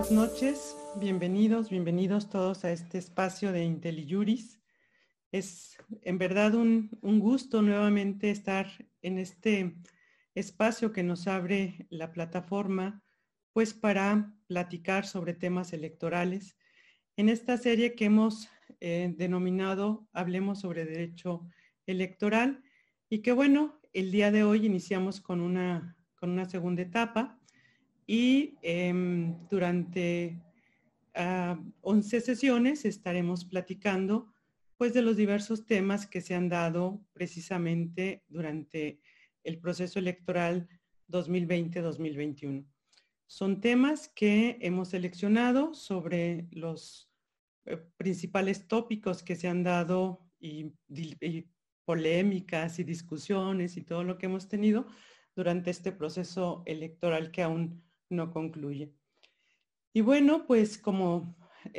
buenas noches, bienvenidos todos a este espacio de IntelliJuris. Es en verdad un gusto nuevamente estar en este espacio que nos abre la plataforma, pues para platicar sobre temas electorales. En esta serie que hemos denominado Hablemos sobre Derecho Electoral y que bueno, el día de hoy iniciamos con una segunda etapa y durante 11 sesiones estaremos platicando pues de los diversos temas que se han dado precisamente durante el proceso electoral 2020-2021. Son temas que hemos seleccionado sobre los principales tópicos que se han dado y polémicas y discusiones y todo lo que hemos tenido durante este proceso electoral que aún no concluye. Y bueno, pues como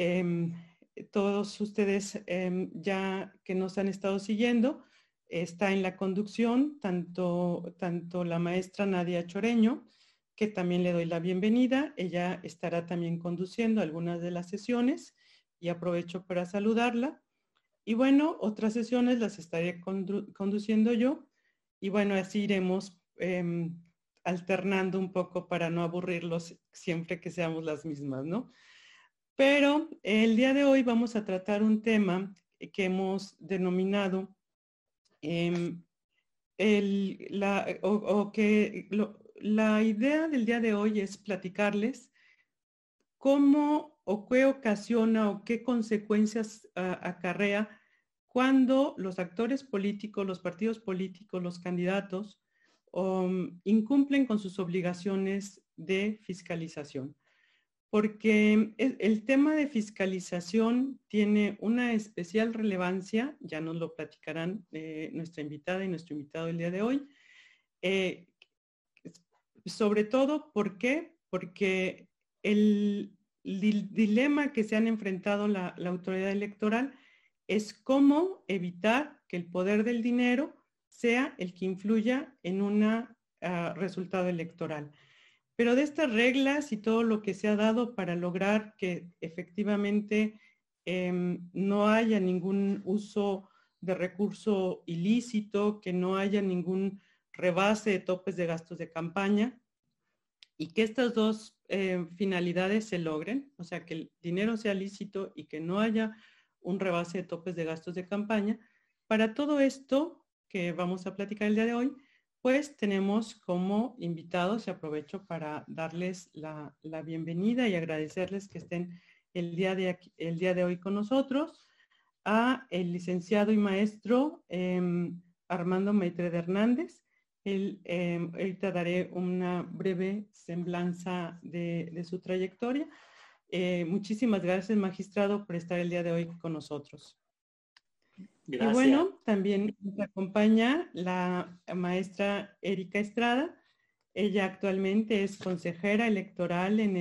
todos ustedes ya que nos han estado siguiendo, está en la conducción tanto la maestra Nadia Choreño, que también le doy la bienvenida. Ella estará también conduciendo algunas de las sesiones y aprovecho para saludarla. Y bueno, otras sesiones las estaré conduciendo yo. Y bueno, así iremos alternando un poco para no aburrirlos siempre que seamos las mismas, ¿no? Pero el día de hoy vamos a tratar un tema que hemos denominado la idea del día de hoy es platicarles cómo o qué ocasiona o qué consecuencias acarrea cuando los actores políticos, los partidos políticos, los candidatos incumplen con sus obligaciones de fiscalización. Porque el tema de fiscalización tiene una especial relevancia, ya nos lo platicarán nuestra invitada y nuestro invitado el día de hoy. Sobre todo, ¿por qué? Porque el dilema que se han enfrentado la autoridad electoral es cómo evitar que el poder del dinero sea el que influya en un resultado electoral. Pero de estas reglas y todo lo que se ha dado para lograr que efectivamente no haya ningún uso de recurso ilícito, que no haya ningún rebase de topes de gastos de campaña y que estas dos finalidades se logren, o sea, que el dinero sea lícito y que no haya un rebase de topes de gastos de campaña. Para todo esto que vamos a platicar el día de hoy, pues tenemos como invitados, y aprovecho para darles la bienvenida y agradecerles que estén el día de hoy con nosotros, a el licenciado y maestro Armando Maitre de Hernández. Ahorita daré una breve semblanza de su trayectoria. Muchísimas gracias, magistrado, por estar el día de hoy con nosotros. Gracias. Y bueno, también nos acompaña la maestra Erika Estrada. Ella actualmente es consejera electoral en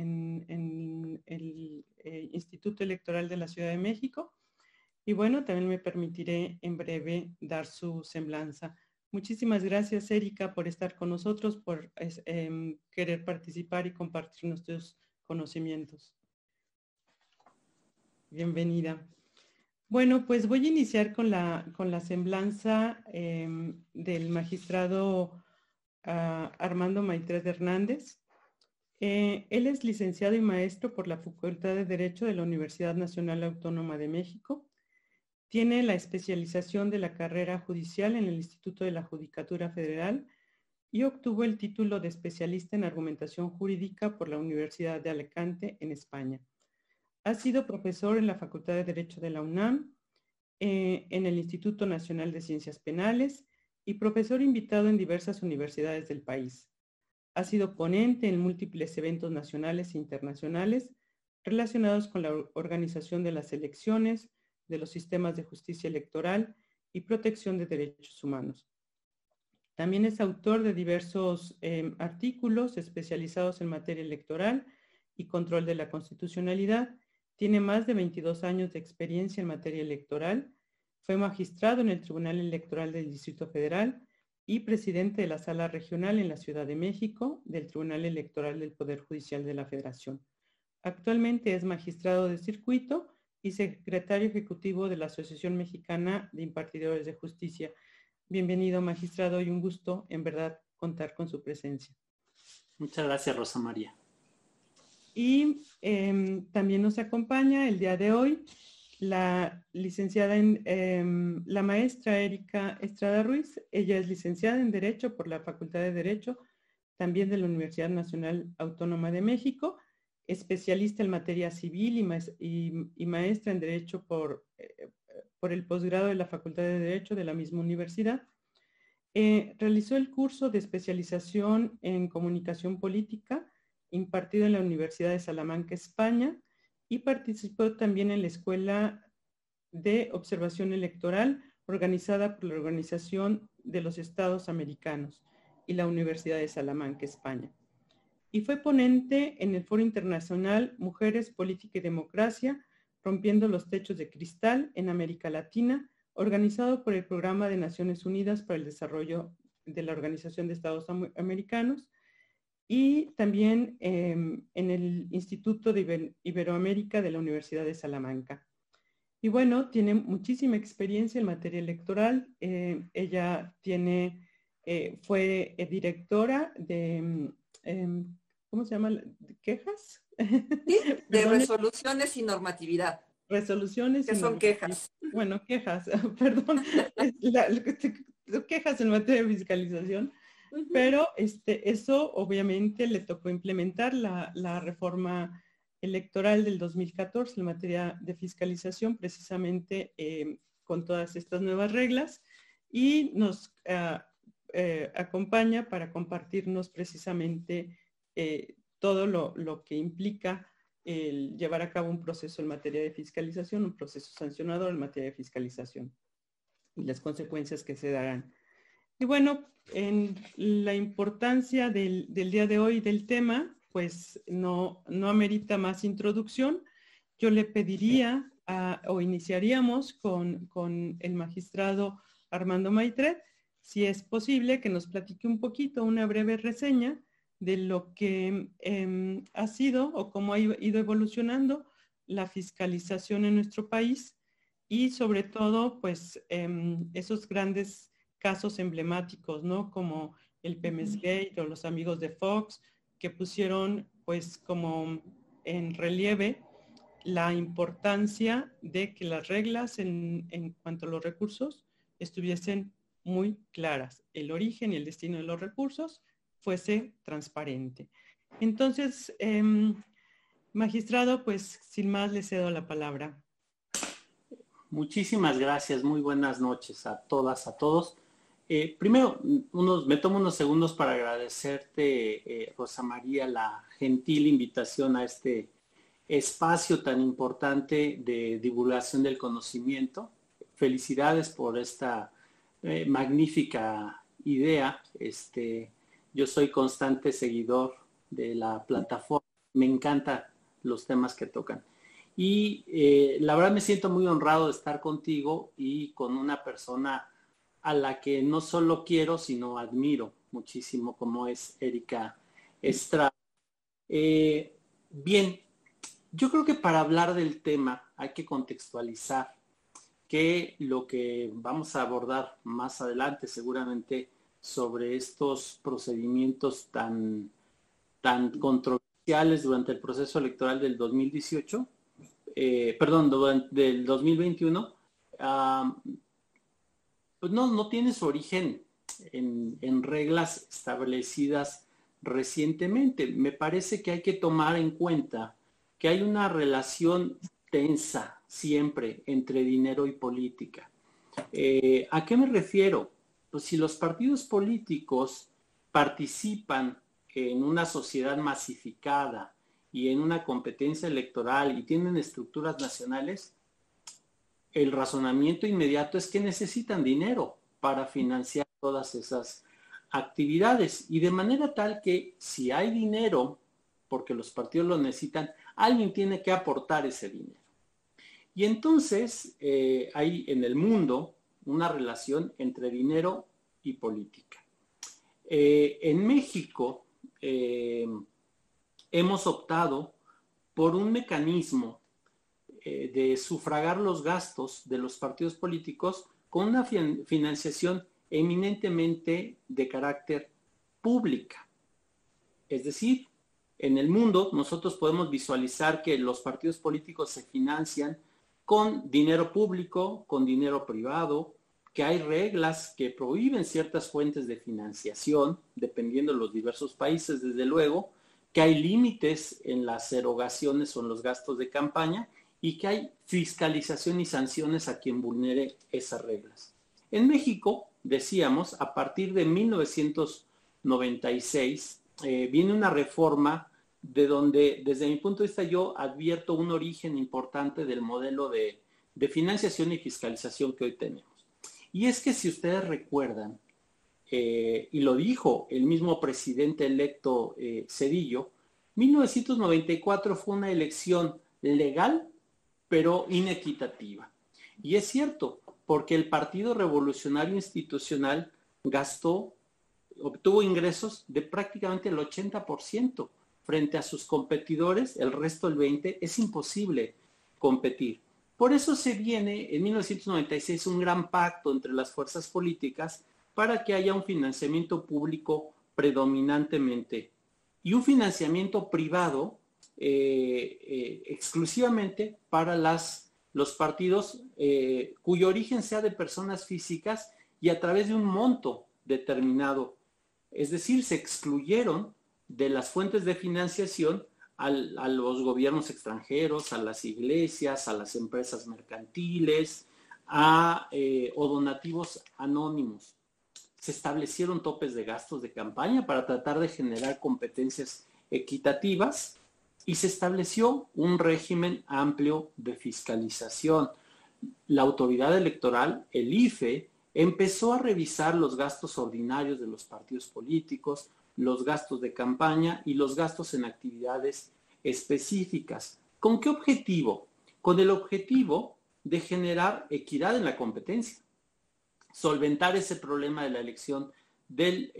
el Instituto Electoral de la Ciudad de México. Y bueno, también me permitiré en breve dar su semblanza. Muchísimas gracias, Erika, por estar con nosotros, por querer participar y compartir nuestros conocimientos. Bienvenida. Bueno, pues voy a iniciar con la semblanza del magistrado Armando Maitre de Hernández. Él es licenciado y maestro por la Facultad de Derecho de la Universidad Nacional Autónoma de México. Tiene la especialización de la carrera judicial en el Instituto de la Judicatura Federal y obtuvo el título de especialista en argumentación jurídica por la Universidad de Alicante, en España. Ha sido profesor en la Facultad de Derecho de la UNAM, en el Instituto Nacional de Ciencias Penales y profesor invitado en diversas universidades del país. Ha sido ponente en múltiples eventos nacionales e internacionales relacionados con la organización de las elecciones, de los sistemas de justicia electoral y protección de derechos humanos. También es autor de diversos artículos especializados en materia electoral y control de la constitucionalidad. Tiene más de 22 años de experiencia en materia electoral. Fue magistrado en el Tribunal Electoral del Distrito Federal y presidente de la Sala Regional en la Ciudad de México del Tribunal Electoral del Poder Judicial de la Federación. Actualmente es magistrado de circuito y secretario ejecutivo de la Asociación Mexicana de Impartidores de Justicia. Bienvenido, magistrado, y un gusto, en verdad, contar con su presencia. Muchas gracias, Rosa María. Y también nos acompaña el día de hoy la licenciada la maestra Erika Estrada Ruiz. Ella es licenciada en Derecho por la Facultad de Derecho, también de la Universidad Nacional Autónoma de México, especialista en materia civil y maestra en Derecho por el posgrado de la Facultad de Derecho de la misma universidad. Realizó el curso de especialización en comunicación política impartido en la Universidad de Salamanca, España, y participó también en la Escuela de Observación Electoral organizada por la Organización de los Estados Americanos y la Universidad de Salamanca, España. Y fue ponente en el Foro Internacional Mujeres, Política y Democracia, rompiendo los techos de cristal en América Latina, organizado por el Programa de Naciones Unidas para el Desarrollo de la Organización de Estados Americanos, y también en el Instituto de Iberoamérica de la Universidad de Salamanca. Y bueno, tiene muchísima experiencia en materia electoral. Ella fue directora de, ¿cómo se llama? ¿Quejas? Sí, de resoluciones y normatividad. Resoluciones que y son quejas. Bueno, quejas, perdón. Quejas en materia de fiscalización. Pero eso obviamente le tocó implementar la reforma electoral del 2014 en materia de fiscalización, precisamente con todas estas nuevas reglas, y nos acompaña para compartirnos precisamente todo lo que implica el llevar a cabo un proceso en materia de fiscalización, un proceso sancionador en materia de fiscalización y las consecuencias que se darán. Y bueno, en la importancia del día de hoy del tema, pues no amerita más introducción. Yo le pediría o iniciaríamos con el magistrado Armando Maitret, si es posible que nos platique un poquito, una breve reseña de lo que ha sido o cómo ha ido evolucionando la fiscalización en nuestro país y sobre todo, pues, esos grandes casos emblemáticos, ¿no? Como el Pemex Gate o los amigos de Fox, que pusieron, pues, como en relieve la importancia de que las reglas en cuanto a los recursos estuviesen muy claras. El origen y el destino de los recursos fuese transparente. Entonces, magistrado, pues, sin más le cedo la palabra. Muchísimas gracias, muy buenas noches a todas, a todos. Primero, me tomo unos segundos para agradecerte, Rosa María, la gentil invitación a este espacio tan importante de divulgación del conocimiento. Felicidades por esta magnífica idea. Yo soy constante seguidor de la plataforma, me encantan los temas que tocan. Y la verdad me siento muy honrado de estar contigo y con una persona a la que no solo quiero, sino admiro muchísimo, como es Erika Estrada. Bien, yo creo que para hablar del tema hay que contextualizar que lo que vamos a abordar más adelante seguramente sobre estos procedimientos tan controversiales durante el proceso electoral del 2018, del 2021, pues no tiene su origen en reglas establecidas recientemente. Me parece que hay que tomar en cuenta que hay una relación tensa siempre entre dinero y política. ¿A qué me refiero? Pues si los partidos políticos participan en una sociedad masificada y en una competencia electoral y tienen estructuras nacionales, el razonamiento inmediato es que necesitan dinero para financiar todas esas actividades. Y de manera tal que si hay dinero, porque los partidos lo necesitan, alguien tiene que aportar ese dinero. Y entonces hay en el mundo una relación entre dinero y política. En México hemos optado por un mecanismo de sufragar los gastos de los partidos políticos con una financiación eminentemente de carácter pública. Es decir, en el mundo nosotros podemos visualizar que los partidos políticos se financian con dinero público, con dinero privado, que hay reglas que prohíben ciertas fuentes de financiación, dependiendo de los diversos países, desde luego, que hay límites en las erogaciones o en los gastos de campaña y que hay fiscalización y sanciones a quien vulnere esas reglas. En México, decíamos, a partir de 1996, viene una reforma de donde, desde mi punto de vista, yo advierto un origen importante del modelo de financiación y fiscalización que hoy tenemos. Y es que si ustedes recuerdan, y lo dijo el mismo presidente electo Zedillo, 1994 fue una elección legal, pero inequitativa. Y es cierto, porque el Partido Revolucionario Institucional obtuvo ingresos de prácticamente el 80%. Frente a sus competidores, el resto del 20%, es imposible competir. Por eso se viene en 1996 un gran pacto entre las fuerzas políticas para que haya un financiamiento público predominantemente y un financiamiento privado exclusivamente para los partidos cuyo origen sea de personas físicas y a través de un monto determinado. Es decir, se excluyeron de las fuentes de financiación a los gobiernos extranjeros, a las iglesias, a las empresas mercantiles, o donativos anónimos. Se establecieron topes de gastos de campaña para tratar de generar competencias equitativas y se estableció un régimen amplio de fiscalización. La autoridad electoral, el IFE, empezó a revisar los gastos ordinarios de los partidos políticos, los gastos de campaña y los gastos en actividades específicas. ¿Con qué objetivo? Con el objetivo de generar equidad en la competencia, solventar ese problema de la elección del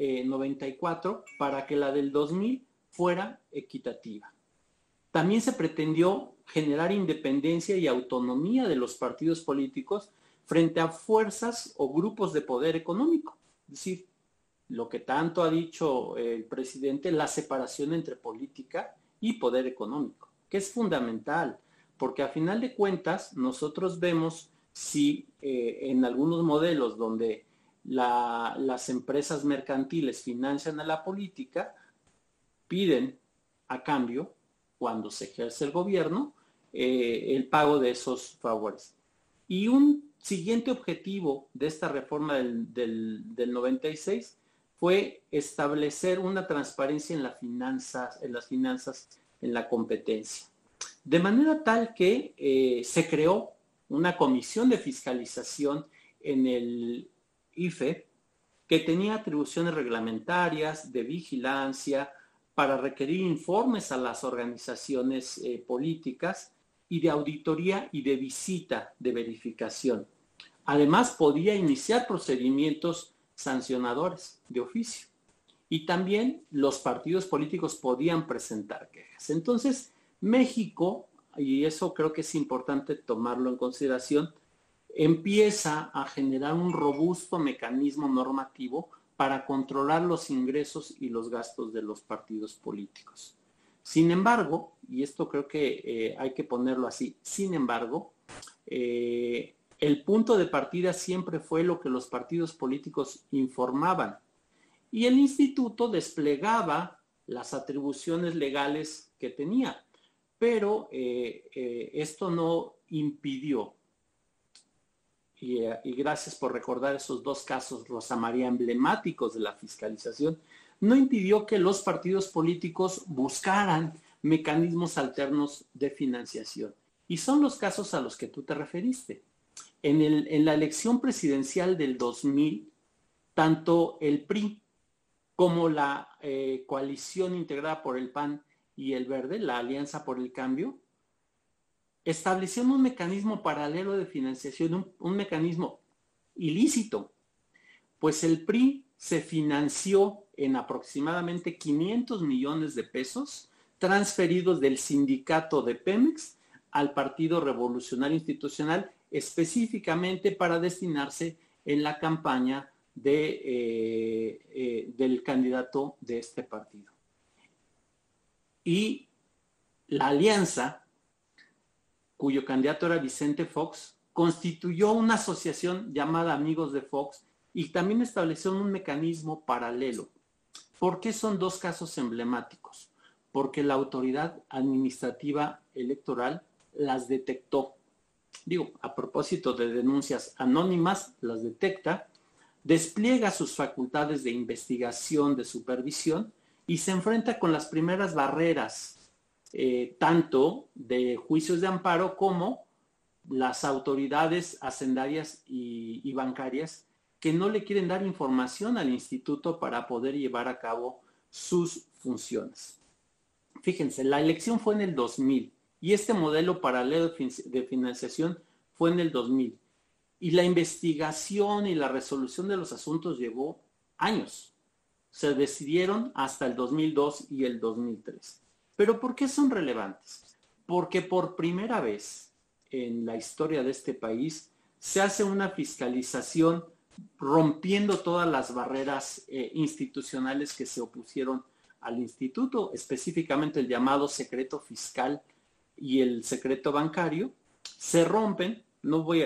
94 para que la del 2000 fuera equitativa. También se pretendió generar independencia y autonomía de los partidos políticos frente a fuerzas o grupos de poder económico. Es decir, lo que tanto ha dicho el presidente, la separación entre política y poder económico, que es fundamental, porque a final de cuentas nosotros vemos si en algunos modelos donde las empresas mercantiles financian a la política, piden a cambio, cuando se ejerce el gobierno, el pago de esos favores. Y un siguiente objetivo de esta reforma del 96 fue establecer una transparencia en las finanzas, en la competencia. De manera tal que se creó una comisión de fiscalización en el IFE que tenía atribuciones reglamentarias, de vigilancia, para requerir informes a las organizaciones políticas y de auditoría y de visita de verificación. Además, podía iniciar procedimientos sancionadores de oficio. Y también los partidos políticos podían presentar quejas. Entonces, México, y eso creo que es importante tomarlo en consideración, empieza a generar un robusto mecanismo normativo para controlar los ingresos y los gastos de los partidos políticos. Sin embargo, y esto creo que hay que ponerlo así, sin embargo, el punto de partida siempre fue lo que los partidos políticos informaban. Y el instituto desplegaba las atribuciones legales que tenía, pero esto no impidió, y gracias por recordar esos dos casos, Rosa María, emblemáticos de la fiscalización, no impidió que los partidos políticos buscaran mecanismos alternos de financiación. Y son los casos a los que tú te referiste. En la elección presidencial del 2000, tanto el PRI como la coalición integrada por el PAN y el Verde, la Alianza por el Cambio, establecieron un mecanismo paralelo de financiación, un mecanismo ilícito, pues el PRI se financió en aproximadamente 500 millones de pesos transferidos del sindicato de Pemex al Partido Revolucionario Institucional, específicamente para destinarse en la campaña del candidato de este partido. Y la alianza, cuyo candidato era Vicente Fox, constituyó una asociación llamada Amigos de Fox y también estableció un mecanismo paralelo. ¿Por qué son dos casos emblemáticos? Porque la autoridad administrativa electoral las detectó. Digo, a propósito de denuncias anónimas, las detecta, despliega sus facultades de investigación, de supervisión y se enfrenta con las primeras barreras, tanto de juicios de amparo como las autoridades hacendarias y bancarias que no le quieren dar información al instituto para poder llevar a cabo sus funciones. Fíjense, la elección fue en el 2000 y este modelo paralelo de financiación fue en el 2000. Y la investigación y la resolución de los asuntos llevó años. Se decidieron hasta el 2002 y el 2003. ¿Pero por qué son relevantes? Porque por primera vez en la historia de este país se hace una fiscalización rompiendo todas las barreras institucionales que se opusieron al instituto, específicamente el llamado secreto fiscal y el secreto bancario, se rompen. No voy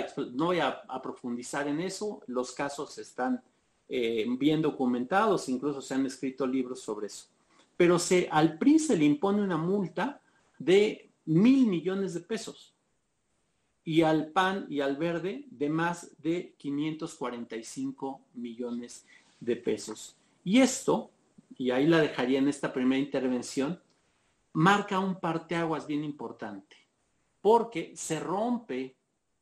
a profundizar en eso, los casos están bien documentados, incluso se han escrito libros sobre eso. Pero al PRI se le impone una multa de 1,000 millones de pesos y al PAN y al Verde de más de 545 millones de pesos. Y esto, y ahí la dejaría en esta primera intervención, marca un parteaguas bien importante, porque se rompe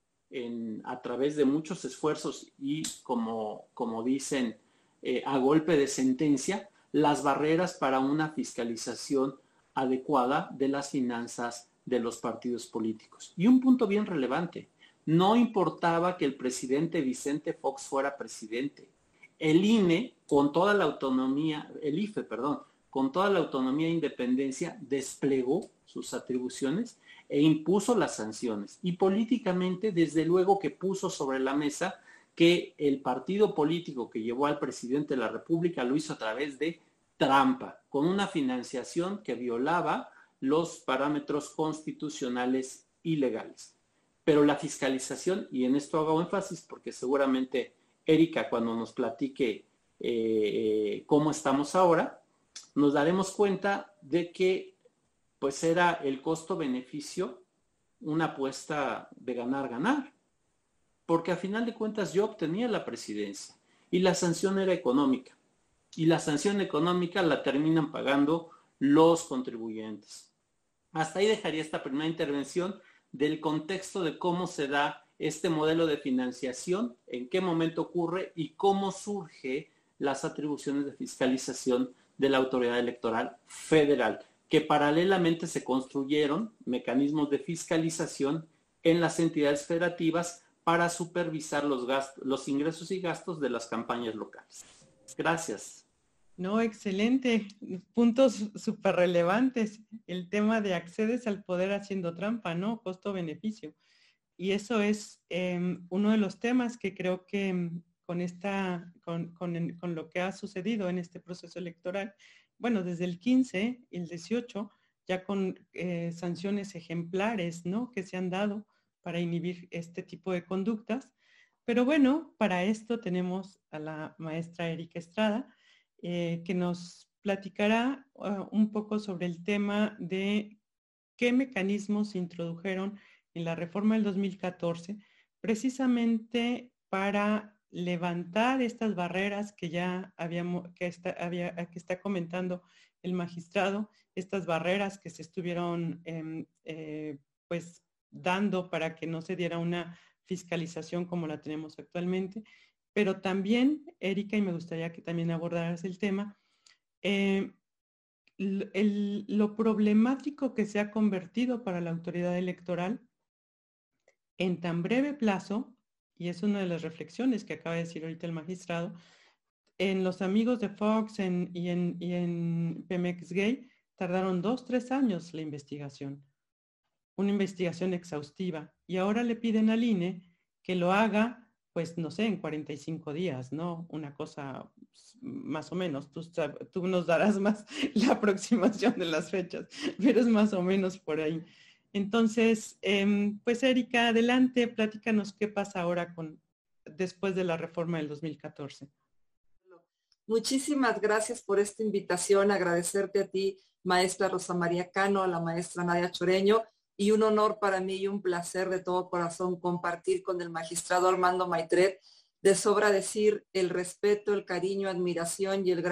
a través de muchos esfuerzos y como dicen, a golpe de sentencia, las barreras para una fiscalización adecuada de las finanzas de los partidos políticos. Y un punto bien relevante, no importaba que el presidente Vicente Fox fuera presidente. El INE, con toda la autonomía, el IFE, perdón, con toda la autonomía e independencia, desplegó sus atribuciones e impuso las sanciones. Y políticamente, desde luego que puso sobre la mesa que el partido político que llevó al presidente de la República lo hizo a través de trampa, con una financiación que violaba los parámetros constitucionales y legales. Pero la fiscalización, y en esto hago énfasis porque seguramente Erika, cuando nos platique cómo estamos ahora, nos daremos cuenta de que pues era el costo-beneficio una apuesta de ganar-ganar, porque a final de cuentas yo obtenía la presidencia y la sanción era económica, y la sanción económica la terminan pagando los contribuyentes. Hasta ahí dejaría esta primera intervención del contexto de cómo se da este modelo de financiación, en qué momento ocurre y cómo surge las atribuciones de fiscalización de la autoridad electoral federal, que paralelamente se construyeron mecanismos de fiscalización en las entidades federativas para supervisar los ingresos y gastos de las campañas locales. Gracias. No, excelente. Puntos súper relevantes. El tema de accedes al poder haciendo trampa, ¿no? Costo-beneficio. Y eso es uno de los temas que creo que con lo que ha sucedido en este proceso electoral, bueno, desde el 15 y el 18, ya con sanciones ejemplares, ¿no?, que se han dado para inhibir este tipo de conductas. Pero bueno, para esto tenemos a la maestra Erika Estrada, que nos platicará un poco sobre el tema de qué mecanismos se introdujeron en la reforma del 2014, precisamente para levantar estas barreras que ya que está comentando el magistrado, estas barreras que se estuvieron pues dando para que no se diera una fiscalización como la tenemos actualmente. Pero también, Erika, y me gustaría que también abordaras el tema, lo problemático que se ha convertido para la autoridad electoral en tan breve plazo, y es una de las reflexiones que acaba de decir ahorita el magistrado, en los amigos de Fox y en Pemex Gay, tardaron 2, 3 años la investigación, una investigación exhaustiva, y ahora le piden al INE que lo haga, pues no sé, en 45 días, ¿no? Una cosa más o menos, tú nos darás más la aproximación de las fechas, pero es más o menos por ahí. Entonces, pues Erika, adelante, platícanos qué pasa ahora después de la reforma del 2014. Muchísimas gracias por esta invitación, agradecerte a ti, maestra Rosa María Cano, a la maestra Nadia Choreño, y un honor para mí y un placer de todo corazón compartir con el magistrado Armando Maitret. De sobra decir el respeto, el cariño, admiración y el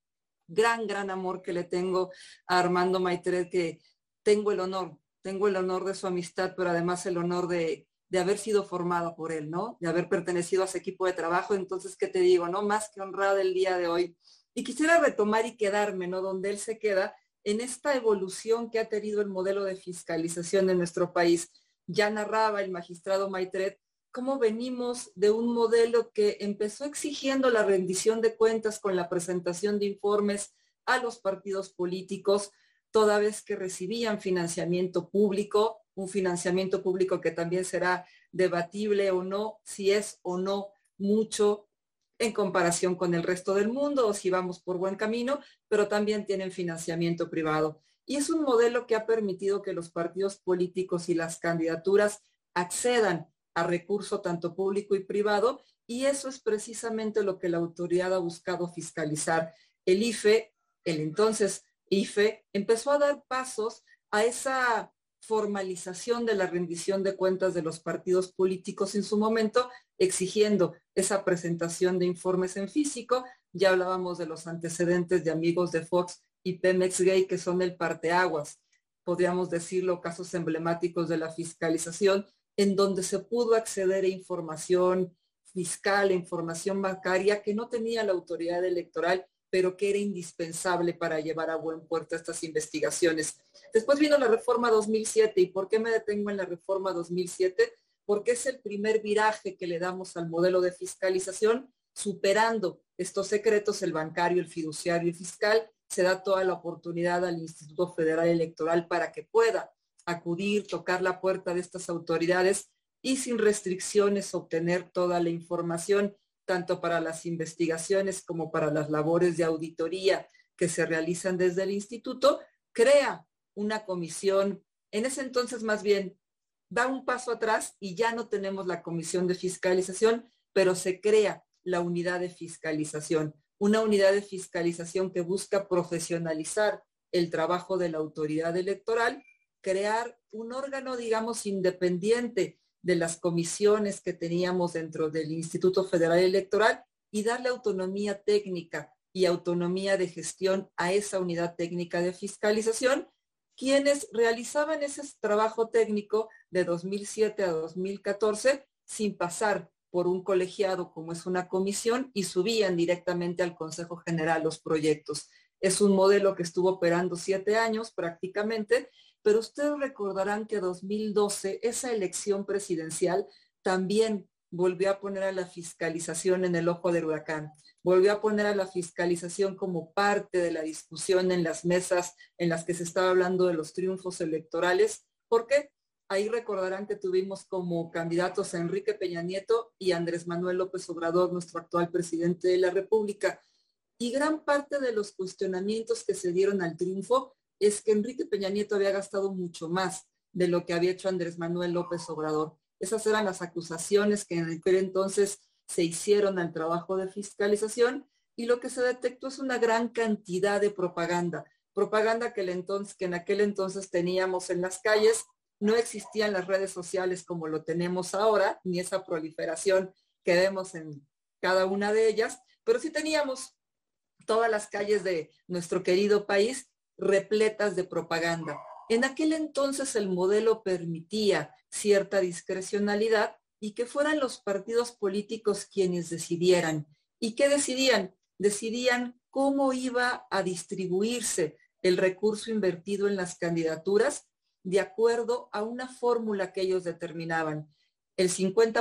gran amor que le tengo a Armando Maitret, que tengo el honor de su amistad, pero además el honor de haber sido formado por él, ¿no? De haber pertenecido a ese equipo de trabajo. Entonces, ¿qué te digo, no? Más que honrada el día de hoy. Y quisiera retomar y quedarme, ¿no? Donde él se queda, en esta evolución que ha tenido el modelo de fiscalización de nuestro país. Ya narraba el magistrado Maitret cómo venimos de un modelo que empezó exigiendo la rendición de cuentas con la presentación de informes a los partidos políticos, toda vez que recibían financiamiento público, un financiamiento público que también será debatible o no, si es o no mucho en comparación con el resto del mundo o si vamos por buen camino, pero también tienen financiamiento privado. Y es un modelo que ha permitido que los partidos políticos y las candidaturas accedan a recurso tanto público y privado, y eso es precisamente lo que la autoridad ha buscado fiscalizar. El IFE, el entonces IFE, empezó a dar pasos a esa formalización de la rendición de cuentas de los partidos políticos en su momento, exigiendo esa presentación de informes en físico. Ya hablábamos de los antecedentes de Amigos de Fox y Pemex Gay, que son el parteaguas, podríamos decirlo, casos emblemáticos de la fiscalización, en donde se pudo acceder a información fiscal, información bancaria que no tenía la autoridad electoral, pero que era indispensable para llevar a buen puerto estas investigaciones. Después vino la reforma 2007. ¿Y por qué me detengo en la reforma 2007? Porque es el primer viraje que le damos al modelo de fiscalización, superando estos secretos, el bancario, el fiduciario y fiscal. Se da toda la oportunidad al Instituto Federal Electoral para que pueda acudir, tocar la puerta de estas autoridades y sin restricciones obtener toda la información, tanto para las investigaciones como para las labores de auditoría que se realizan desde el instituto. Crea una comisión, en ese entonces más bien da un paso atrás y ya no tenemos la comisión de fiscalización, pero se crea la unidad de fiscalización, una unidad de fiscalización que busca profesionalizar el trabajo de la autoridad electoral, crear un órgano, digamos, independiente de las comisiones que teníamos dentro del Instituto Federal Electoral y darle autonomía técnica y autonomía de gestión a esa unidad técnica de fiscalización, quienes realizaban ese trabajo técnico de 2007 a 2014 sin pasar por un colegiado como es una comisión y subían directamente al Consejo General los proyectos. Es un modelo que estuvo operando 7 años prácticamente, pero ustedes recordarán que 2012, esa elección presidencial, también volvió a poner a la fiscalización en el ojo del huracán, volvió a poner a la fiscalización como parte de la discusión en las mesas en las que se estaba hablando de los triunfos electorales. ¿Por qué? Ahí recordarán que tuvimos como candidatos a Enrique Peña Nieto y Andrés Manuel López Obrador, nuestro actual presidente de la República. Y gran parte de los cuestionamientos que se dieron al triunfo es que Enrique Peña Nieto había gastado mucho más de lo que había hecho Andrés Manuel López Obrador. Esas eran las acusaciones que en aquel entonces se hicieron al trabajo de fiscalización, y lo que se detectó es una gran cantidad de propaganda que en aquel entonces teníamos en las calles. No existían las redes sociales como lo tenemos ahora, ni esa proliferación que vemos en cada una de ellas, pero sí teníamos todas las calles de nuestro querido país repletas de propaganda. En aquel entonces el modelo permitía cierta discrecionalidad y que fueran los partidos políticos quienes decidieran. ¿Y qué decidían? Decidían cómo iba a distribuirse el recurso invertido en las candidaturas de acuerdo a una fórmula que ellos determinaban. El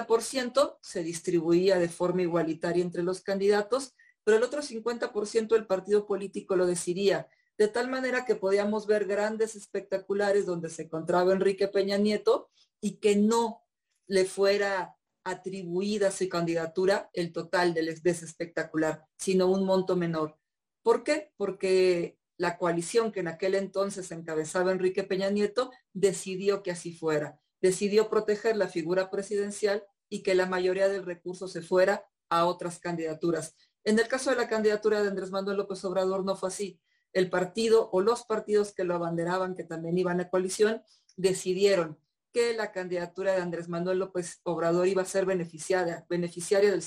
50% se distribuía de forma igualitaria entre los candidatos, pero el otro 50% el partido político lo decidía de tal manera que podíamos ver grandes espectaculares donde se encontraba Enrique Peña Nieto y que no le fuera atribuida a su candidatura el total de ese espectacular, sino un monto menor. ¿Por qué? Porque la coalición que en aquel entonces encabezaba Enrique Peña Nieto decidió que así fuera. Decidió proteger la figura presidencial y que la mayoría del recurso se fuera a otras candidaturas. En el caso de la candidatura de Andrés Manuel López Obrador no fue así. El partido o los partidos que lo abanderaban, que también iban a coalición, decidieron que la candidatura de Andrés Manuel López Obrador iba a ser beneficiaria del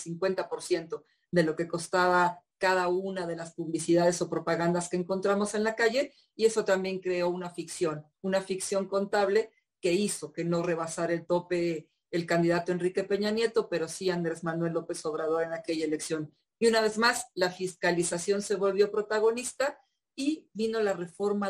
50% de lo que costaba cada una de las publicidades o propagandas que encontramos en la calle, y eso también creó una ficción contable que hizo que no rebasara el tope el candidato Enrique Peña Nieto, pero sí Andrés Manuel López Obrador en aquella elección. Y una vez más, la fiscalización se volvió protagonista y vino la reforma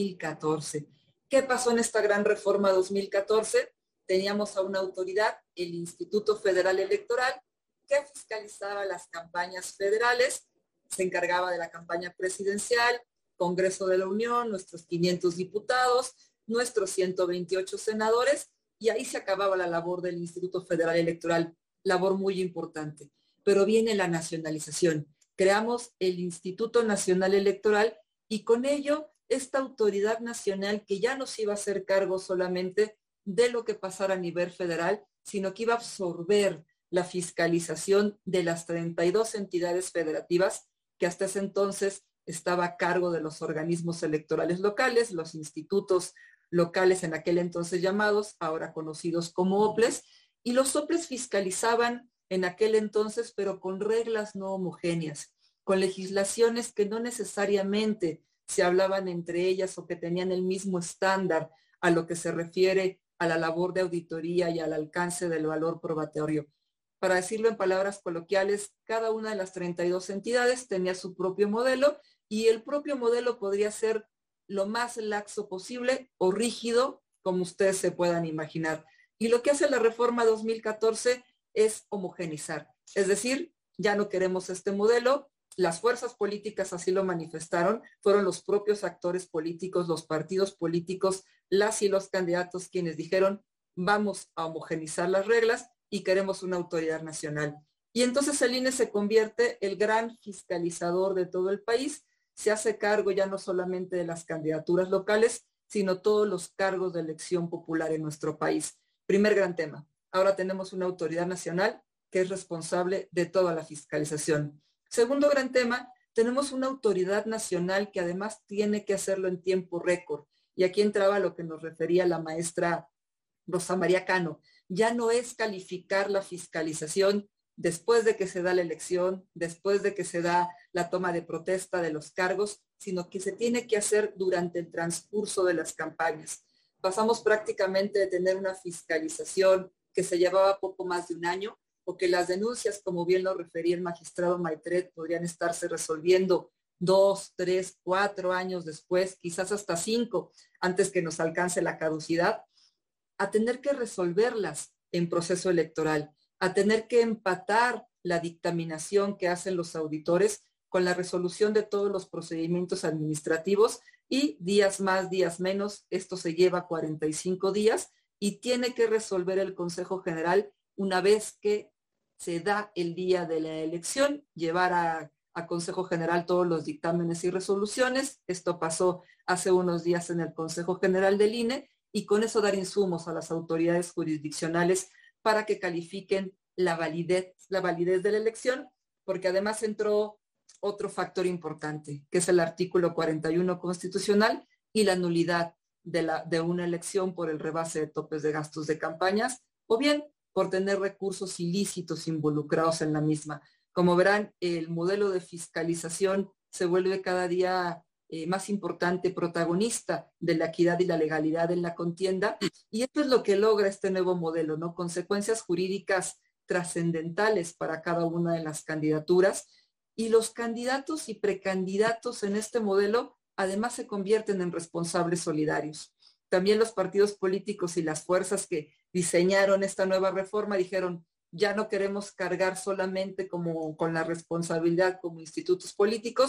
2014. ¿Qué pasó en esta gran reforma 2014? Teníamos a una autoridad, el Instituto Federal Electoral, que fiscalizaba las campañas federales, se encargaba de la campaña presidencial, Congreso de la Unión, nuestros 500 diputados, nuestros 128 senadores, y ahí se acababa la labor del Instituto Federal Electoral, labor muy importante. Pero viene la nacionalización. Creamos el Instituto Nacional Electoral y con ello esta autoridad nacional que ya no se iba a hacer cargo solamente de lo que pasara a nivel federal, sino que iba a absorber la fiscalización de las 32 entidades federativas que hasta ese entonces estaba a cargo de los organismos electorales locales, los institutos locales en aquel entonces llamados, ahora conocidos como OPLES, y los OPLES fiscalizaban en aquel entonces, pero con reglas no homogéneas, con legislaciones que no necesariamente se hablaban entre ellas o que tenían el mismo estándar a lo que se refiere a la labor de auditoría y al alcance del valor probatorio. Para decirlo en palabras coloquiales, cada una de las 32 entidades tenía su propio modelo y el propio modelo podría ser lo más laxo posible o rígido, como ustedes se puedan imaginar. Y lo que hace la reforma 2014 es homogenizar. Es decir, ya no queremos este modelo. Las fuerzas políticas así lo manifestaron, fueron los propios actores políticos, los partidos políticos, las y los candidatos quienes dijeron, vamos a homogenizar las reglas y queremos una autoridad nacional. Y entonces el INE se convierte el gran fiscalizador de todo el país, se hace cargo ya no solamente de las candidaturas locales, sino todos los cargos de elección popular en nuestro país. Primer gran tema. Ahora tenemos una autoridad nacional que es responsable de toda la fiscalización. Segundo gran tema, tenemos una autoridad nacional que además tiene que hacerlo en tiempo récord. Y aquí entraba lo que nos refería la maestra Rosa María Cano. Ya no es calificar la fiscalización después de que se da la elección, después de que se da la toma de protesta de los cargos, sino que se tiene que hacer durante el transcurso de las campañas. Pasamos prácticamente de tener una fiscalización que se llevaba poco más de un año, o que las denuncias, como bien lo refería el magistrado Maitret, podrían estarse resolviendo 2, 3, 4 años después, quizás hasta 5, antes que nos alcance la caducidad, a tener que resolverlas en proceso electoral, a tener que empatar la dictaminación que hacen los auditores con la resolución de todos los procedimientos administrativos y días más, días menos, esto se lleva 45 días y tiene que resolver el Consejo General una vez que se da el día de la elección, llevar a Consejo General todos los dictámenes y resoluciones. Esto pasó hace unos días en el Consejo General del INE y con eso dar insumos a las autoridades jurisdiccionales para que califiquen la validez de la elección, porque además entró otro factor importante, que es el artículo 41 constitucional y la nulidad de una elección por el rebase de topes de gastos de campañas, o bien por tener recursos ilícitos involucrados en la misma. Como verán, el modelo de fiscalización se vuelve cada día más importante, protagonista de la equidad y la legalidad en la contienda, y esto es lo que logra este nuevo modelo, ¿no? Consecuencias jurídicas trascendentales para cada una de las candidaturas, y los candidatos y precandidatos en este modelo además se convierten en responsables solidarios. También los partidos políticos y las fuerzas que diseñaron esta nueva reforma dijeron, ya no queremos cargar solamente con la responsabilidad como institutos políticos,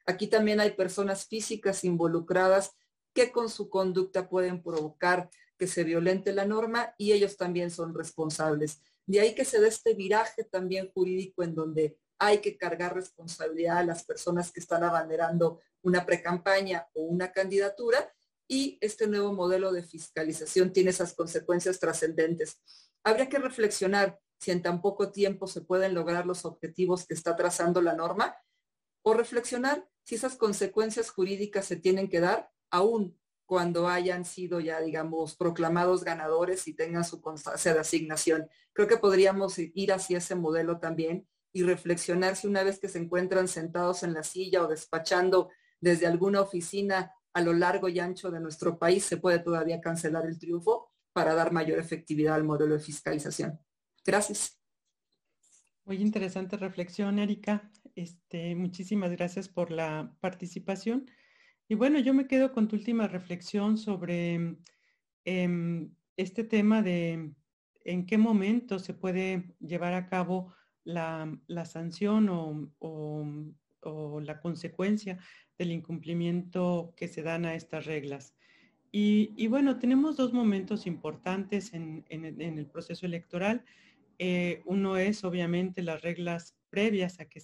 Aquí también hay personas físicas involucradas que con su conducta pueden provocar que se violente la norma y ellos también son responsables. De ahí que se dé este viraje también jurídico en donde hay que cargar responsabilidad a las personas que están abanderando una precampaña o una candidatura, y este nuevo modelo de fiscalización tiene esas consecuencias trascendentes. Habría que reflexionar si en tan poco tiempo se pueden lograr los objetivos que está trazando la norma, o reflexionar si esas consecuencias jurídicas se tienen que dar aún cuando hayan sido ya, digamos, proclamados ganadores y tengan su constancia de asignación. Creo que podríamos ir hacia ese modelo también y reflexionar si una vez que se encuentran sentados en la silla o despachando desde alguna oficina a lo largo y ancho de nuestro país, se puede todavía cancelar el triunfo para dar mayor efectividad al modelo de fiscalización. Gracias. Muy interesante reflexión, Erika. Muchísimas gracias por la participación. Y bueno, yo me quedo con tu última reflexión sobre este tema de en qué momento se puede llevar a cabo la sanción o la consecuencia del incumplimiento que se dan a estas reglas. Y bueno, tenemos dos momentos importantes en el proceso electoral. Uno es obviamente las reglas previas a que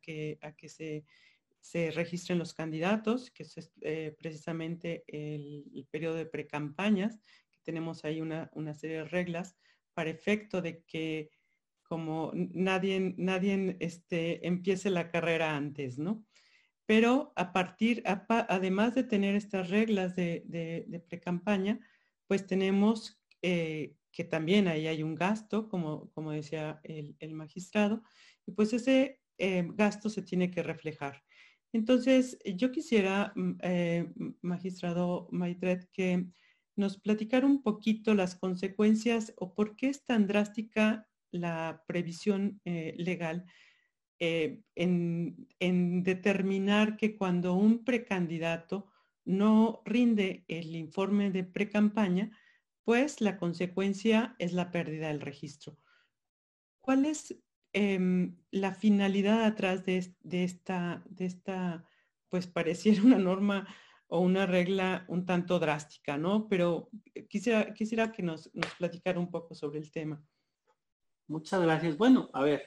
se registren los candidatos, que es precisamente el periodo de precampañas, que tenemos ahí una serie de reglas para efecto de que como nadie empiece la carrera antes, ¿no? Pero además de tener estas reglas de precampaña, pues tenemos que también ahí hay un gasto, como decía el magistrado, y pues ese gasto se tiene que reflejar. Entonces, yo quisiera, magistrado Maitret, que nos platicara un poquito las consecuencias o por qué es tan drástica la previsión legal en determinar que cuando un precandidato no rinde el informe de precampaña, pues la consecuencia es la pérdida del registro. ¿Cuál es la finalidad atrás de esta, pues pareciera una norma o una regla un tanto drástica, ¿no? Pero quisiera que nos platicara un poco sobre el tema. Muchas gracias. Bueno, a ver,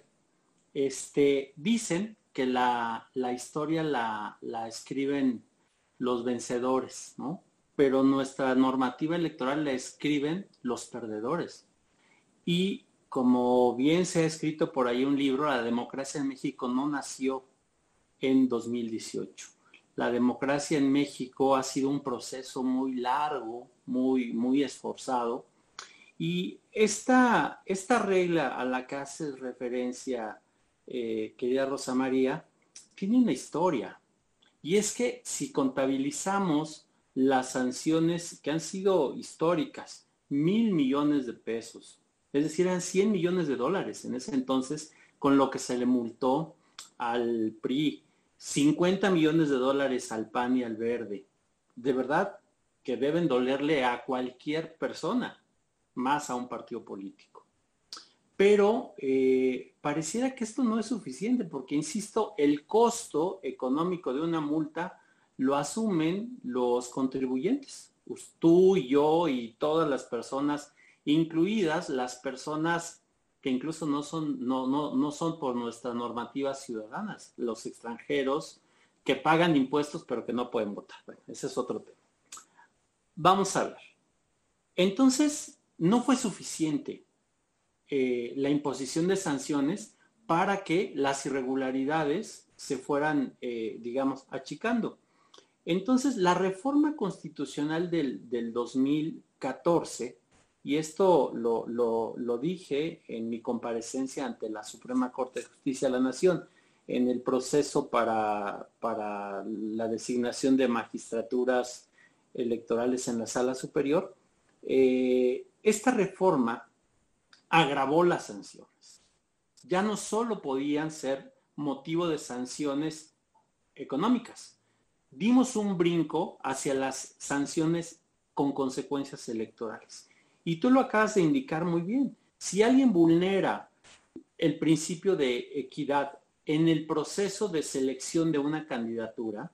dicen que la historia la escriben los vencedores, ¿no? Pero nuestra normativa electoral la escriben los perdedores. Y como bien se ha escrito por ahí un libro, la democracia en México no nació en 2018. La democracia en México ha sido un proceso muy largo, muy esforzado. Y esta regla a la que haces referencia, querida Rosa María, tiene una historia. Y es que si contabilizamos las sanciones que han sido históricas, 1,000 millones de pesos, es decir, eran 100 millones de dólares en ese entonces, con lo que se le multó al PRI, 50 millones de dólares al PAN y al Verde. De verdad que deben dolerle a cualquier persona, más a un partido político. Pero pareciera que esto no es suficiente porque, insisto, el costo económico de una multa lo asumen los contribuyentes. Pues tú, yo y todas las personas, incluidas las personas que incluso no son por nuestras normativas ciudadanas, los extranjeros que pagan impuestos pero que no pueden votar. Bueno, ese es otro tema. Vamos a ver. Entonces, no fue suficiente la imposición de sanciones para que las irregularidades se fueran, digamos, achicando. Entonces, la reforma constitucional del 2014, y esto lo dije en mi comparecencia ante la Suprema Corte de Justicia de la Nación, en el proceso para la designación de magistraturas electorales en la Sala Superior, esta reforma agravó las sanciones. Ya no solo podían ser motivo de sanciones económicas. Dimos un brinco hacia las sanciones con consecuencias electorales. Y tú lo acabas de indicar muy bien. Si alguien vulnera el principio de equidad en el proceso de selección de una candidatura,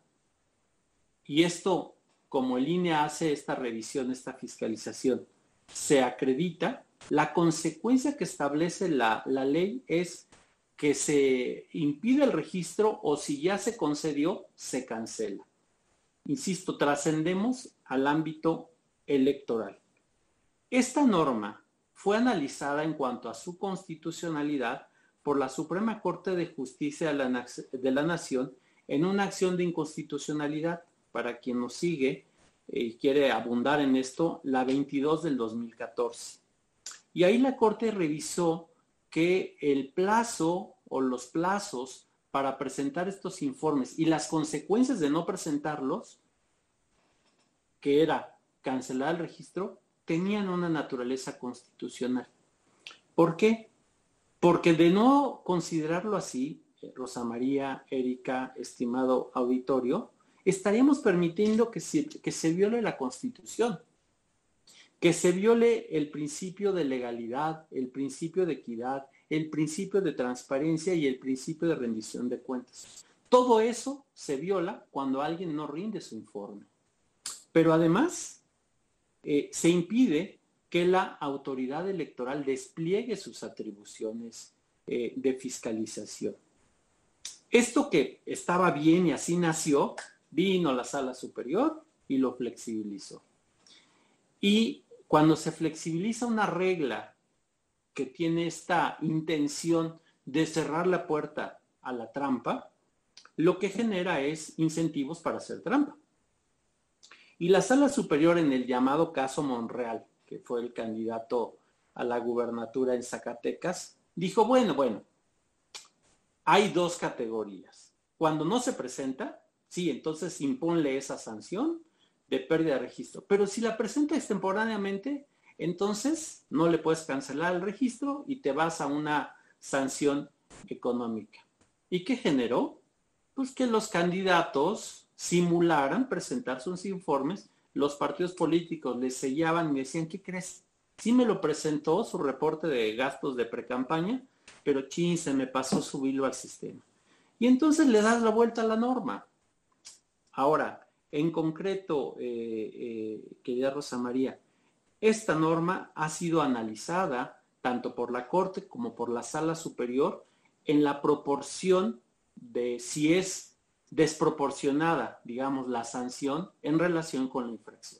y esto, como el INE hace esta revisión, esta fiscalización, se acredita, la consecuencia que establece la ley es que se impide el registro o si ya se concedió, se cancela. Insisto, trascendemos al ámbito electoral. Esta norma fue analizada en cuanto a su constitucionalidad por la Suprema Corte de Justicia de la Nación en una acción de inconstitucionalidad. Para quien nos sigue y quiere abundar en esto, la 22 del 2014. Y ahí la Corte revisó que el plazo o los plazos para presentar estos informes y las consecuencias de no presentarlos, que era cancelar el registro, tenían una naturaleza constitucional. ¿Por qué? Porque de no considerarlo así, Rosa María, Erika, estimado auditorio, estaríamos permitiendo que se viole la Constitución, que se viole el principio de legalidad, el principio de equidad, el principio de transparencia y el principio de rendición de cuentas. Todo eso se viola cuando alguien no rinde su informe. Pero además, se impide que la autoridad electoral despliegue sus atribuciones de fiscalización. Esto que estaba bien y así nació, vino la Sala Superior y lo flexibilizó. Y cuando se flexibiliza una regla que tiene esta intención de cerrar la puerta a la trampa, lo que genera es incentivos para hacer trampa. Y la Sala Superior, en el llamado caso Monreal, que fue el candidato a la gubernatura en Zacatecas, dijo, bueno, hay dos categorías. Cuando no se presenta, sí, entonces imponle esa sanción de pérdida de registro. Pero si la presenta extemporáneamente, entonces no le puedes cancelar el registro y te vas a una sanción económica. ¿Y qué generó? Pues que los candidatos simularan presentar sus informes, los partidos políticos les sellaban y decían, ¿qué crees? Sí me lo presentó su reporte de gastos de precampaña, pero chin, se me pasó subirlo al sistema. Y entonces le das la vuelta a la norma. Ahora, en concreto, querida Rosa María, esta norma ha sido analizada tanto por la Corte como por la Sala Superior en la proporción de si es desproporcionada, digamos, la sanción en relación con la infracción.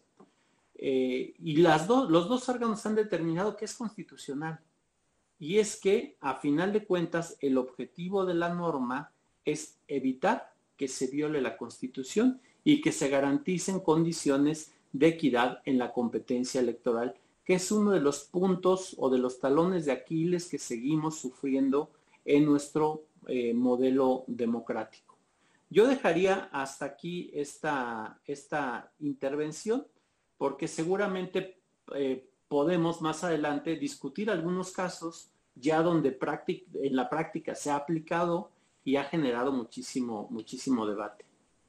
Y los dos órganos han determinado que es constitucional. Y es que, a final de cuentas, el objetivo de la norma es evitar que se viole la Constitución y que se garanticen condiciones de equidad en la competencia electoral, que es uno de los puntos o de los talones de Aquiles que seguimos sufriendo en nuestro modelo democrático. Yo dejaría hasta aquí esta intervención, porque seguramente podemos más adelante discutir algunos casos ya donde en la práctica se ha aplicado y ha generado muchísimo debate.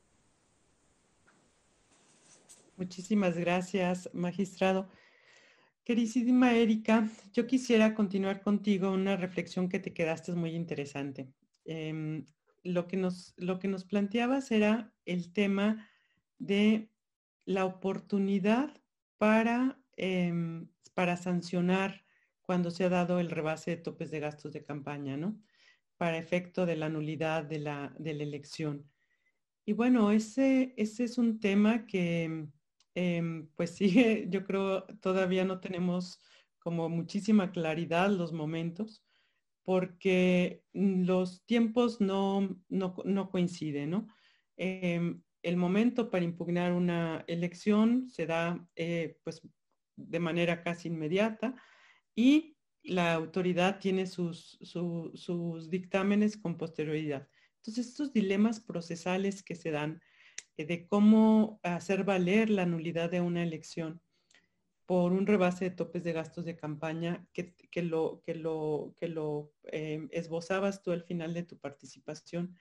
Muchísimas gracias, magistrado. Queridísima Erika, yo quisiera continuar contigo una reflexión que te quedaste muy interesante. Lo que nos planteabas era el tema de la oportunidad para sancionar cuando se ha dado el rebase de topes de gastos de campaña, ¿no? Para efecto de la nulidad de la elección. Y bueno, ese es un tema que pues sigue, yo creo, todavía no tenemos como muchísima claridad los momentos, porque los tiempos no coinciden, ¿no? El momento para impugnar una elección se da pues de manera casi inmediata y la autoridad tiene sus dictámenes con posterioridad. Entonces, estos dilemas procesales que se dan de cómo hacer valer la nulidad de una elección por un rebase de topes de gastos de campaña que lo esbozabas tú al final de tu participación.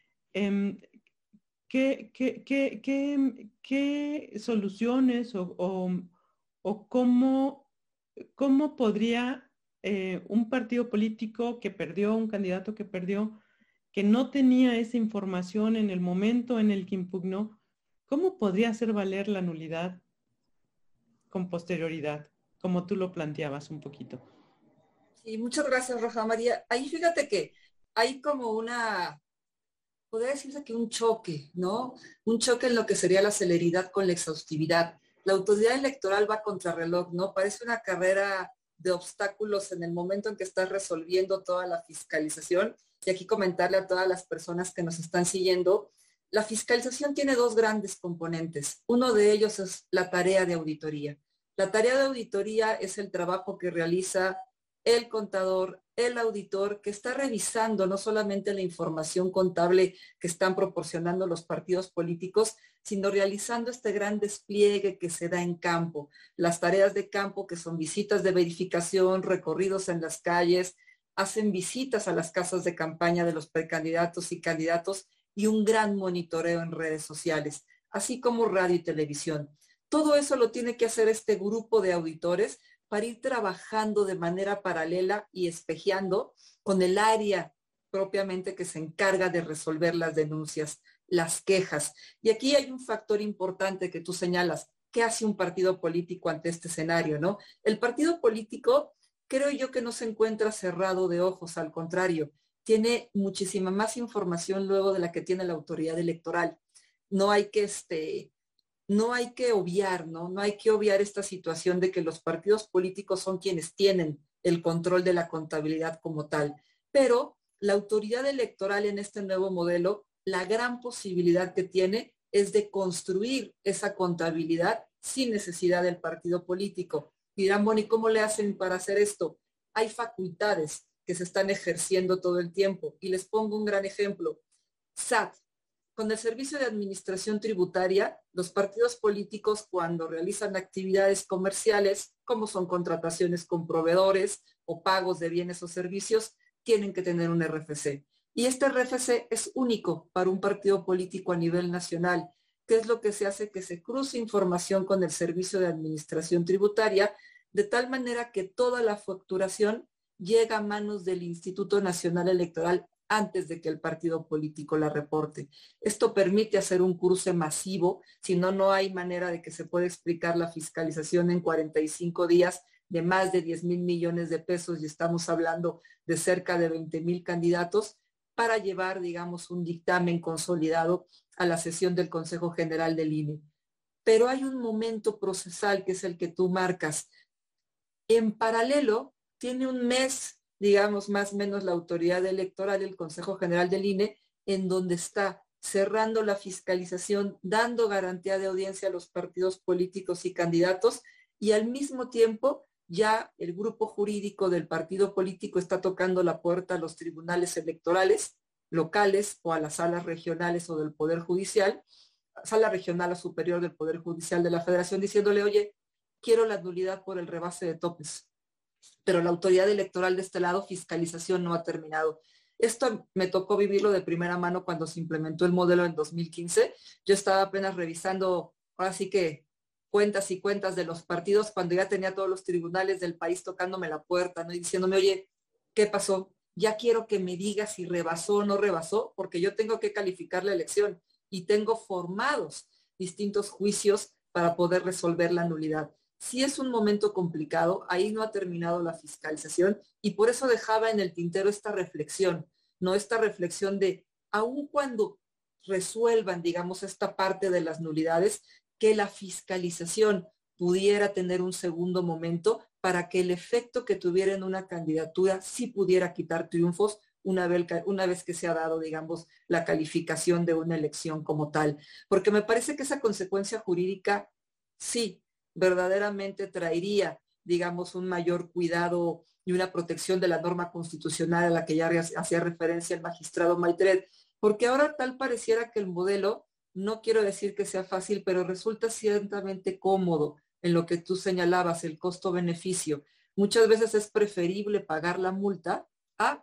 ¿Qué soluciones o cómo podría un partido político que perdió, un candidato que perdió, que no tenía esa información en el momento en el que impugnó, ¿cómo podría hacer valer la nulidad con posterioridad, como tú lo planteabas un poquito? Sí, muchas gracias, Rosa María. Ahí fíjate que hay como podría decirse que un choque, ¿no? Un choque en lo que sería la celeridad con la exhaustividad. La autoridad electoral va contra reloj, ¿no? Parece una carrera de obstáculos en el momento en que estás resolviendo toda la fiscalización. Y aquí comentarle a todas las personas que nos están siguiendo, la fiscalización tiene dos grandes componentes. Uno de ellos es la tarea de auditoría. La tarea de auditoría es el trabajo que realiza el contador, el auditor, que está revisando no solamente la información contable que están proporcionando los partidos políticos, sino realizando este gran despliegue que se da en campo. Las tareas de campo, que son visitas de verificación, recorridos en las calles, hacen visitas a las casas de campaña de los precandidatos y candidatos y un gran monitoreo en redes sociales, así como radio y televisión. Todo eso lo tiene que hacer este grupo de auditores para ir trabajando de manera paralela y espejeando con el área propiamente que se encarga de resolver las denuncias, las quejas. Y aquí hay un factor importante que tú señalas. ¿Qué hace un partido político ante este escenario, no? El partido político, creo yo que no se encuentra cerrado de ojos, al contrario, tiene muchísima más información luego de la que tiene la autoridad electoral. No hay que no hay que obviar, ¿no? No hay que obviar esta situación de que los partidos políticos son quienes tienen el control de la contabilidad como tal. Pero la autoridad electoral en este nuevo modelo, la gran posibilidad que tiene es de construir esa contabilidad sin necesidad del partido político. Y dirán, bueno, ¿y cómo le hacen para hacer esto? Hay facultades que se están ejerciendo todo el tiempo. Y les pongo un gran ejemplo. SAT. Con el Servicio de Administración Tributaria, los partidos políticos, cuando realizan actividades comerciales, como son contrataciones con proveedores o pagos de bienes o servicios, tienen que tener un RFC. Y este RFC es único para un partido político a nivel nacional. ¿Qué es lo que se hace? Que se cruce información con el Servicio de Administración Tributaria, de tal manera que toda la facturación llega a manos del Instituto Nacional Electoral antes de que el partido político la reporte. Esto permite hacer un cruce masivo, si no, no hay manera de que se pueda explicar la fiscalización en 45 días de más de 10,000 millones de pesos, y estamos hablando de cerca de 20,000 candidatos, para llevar, digamos, un dictamen consolidado a la sesión del Consejo General del INE. Pero hay un momento procesal que es el que tú marcas. En paralelo, tiene un mes, digamos, más o menos la autoridad electoral, el Consejo General del INE, en donde está cerrando la fiscalización, dando garantía de audiencia a los partidos políticos y candidatos, y al mismo tiempo ya el grupo jurídico del partido político está tocando la puerta a los tribunales electorales locales o a las salas regionales o del Poder Judicial, sala regional o superior del Poder Judicial de la Federación, diciéndole, oye, quiero la nulidad por el rebase de topes. Pero la autoridad electoral de este lado, fiscalización, no ha terminado. Esto me tocó vivirlo de primera mano cuando se implementó el modelo en 2015. Yo estaba apenas revisando, ahora sí que cuentas y cuentas de los partidos, cuando ya tenía todos los tribunales del país tocándome la puerta, ¿no? Y diciéndome, oye, ¿qué pasó? Ya quiero que me digas si rebasó o no rebasó, porque yo tengo que calificar la elección y tengo formados distintos juicios para poder resolver la nulidad. Sí es un momento complicado, ahí no ha terminado la fiscalización y por eso dejaba en el tintero esta reflexión, ¿no? Esta reflexión de, aun cuando resuelvan, digamos, esta parte de las nulidades, que la fiscalización pudiera tener un segundo momento para que el efecto que tuviera en una candidatura sí pudiera quitar triunfos una vez que se ha dado, digamos, la calificación de una elección como tal. Porque me parece que esa consecuencia jurídica sí verdaderamente traería, digamos, un mayor cuidado y una protección de la norma constitucional a la que ya hacía referencia el magistrado Maitret, porque ahora tal pareciera que el modelo, no quiero decir que sea fácil, pero resulta ciertamente cómodo en lo que tú señalabas, el costo-beneficio. Muchas veces es preferible pagar la multa a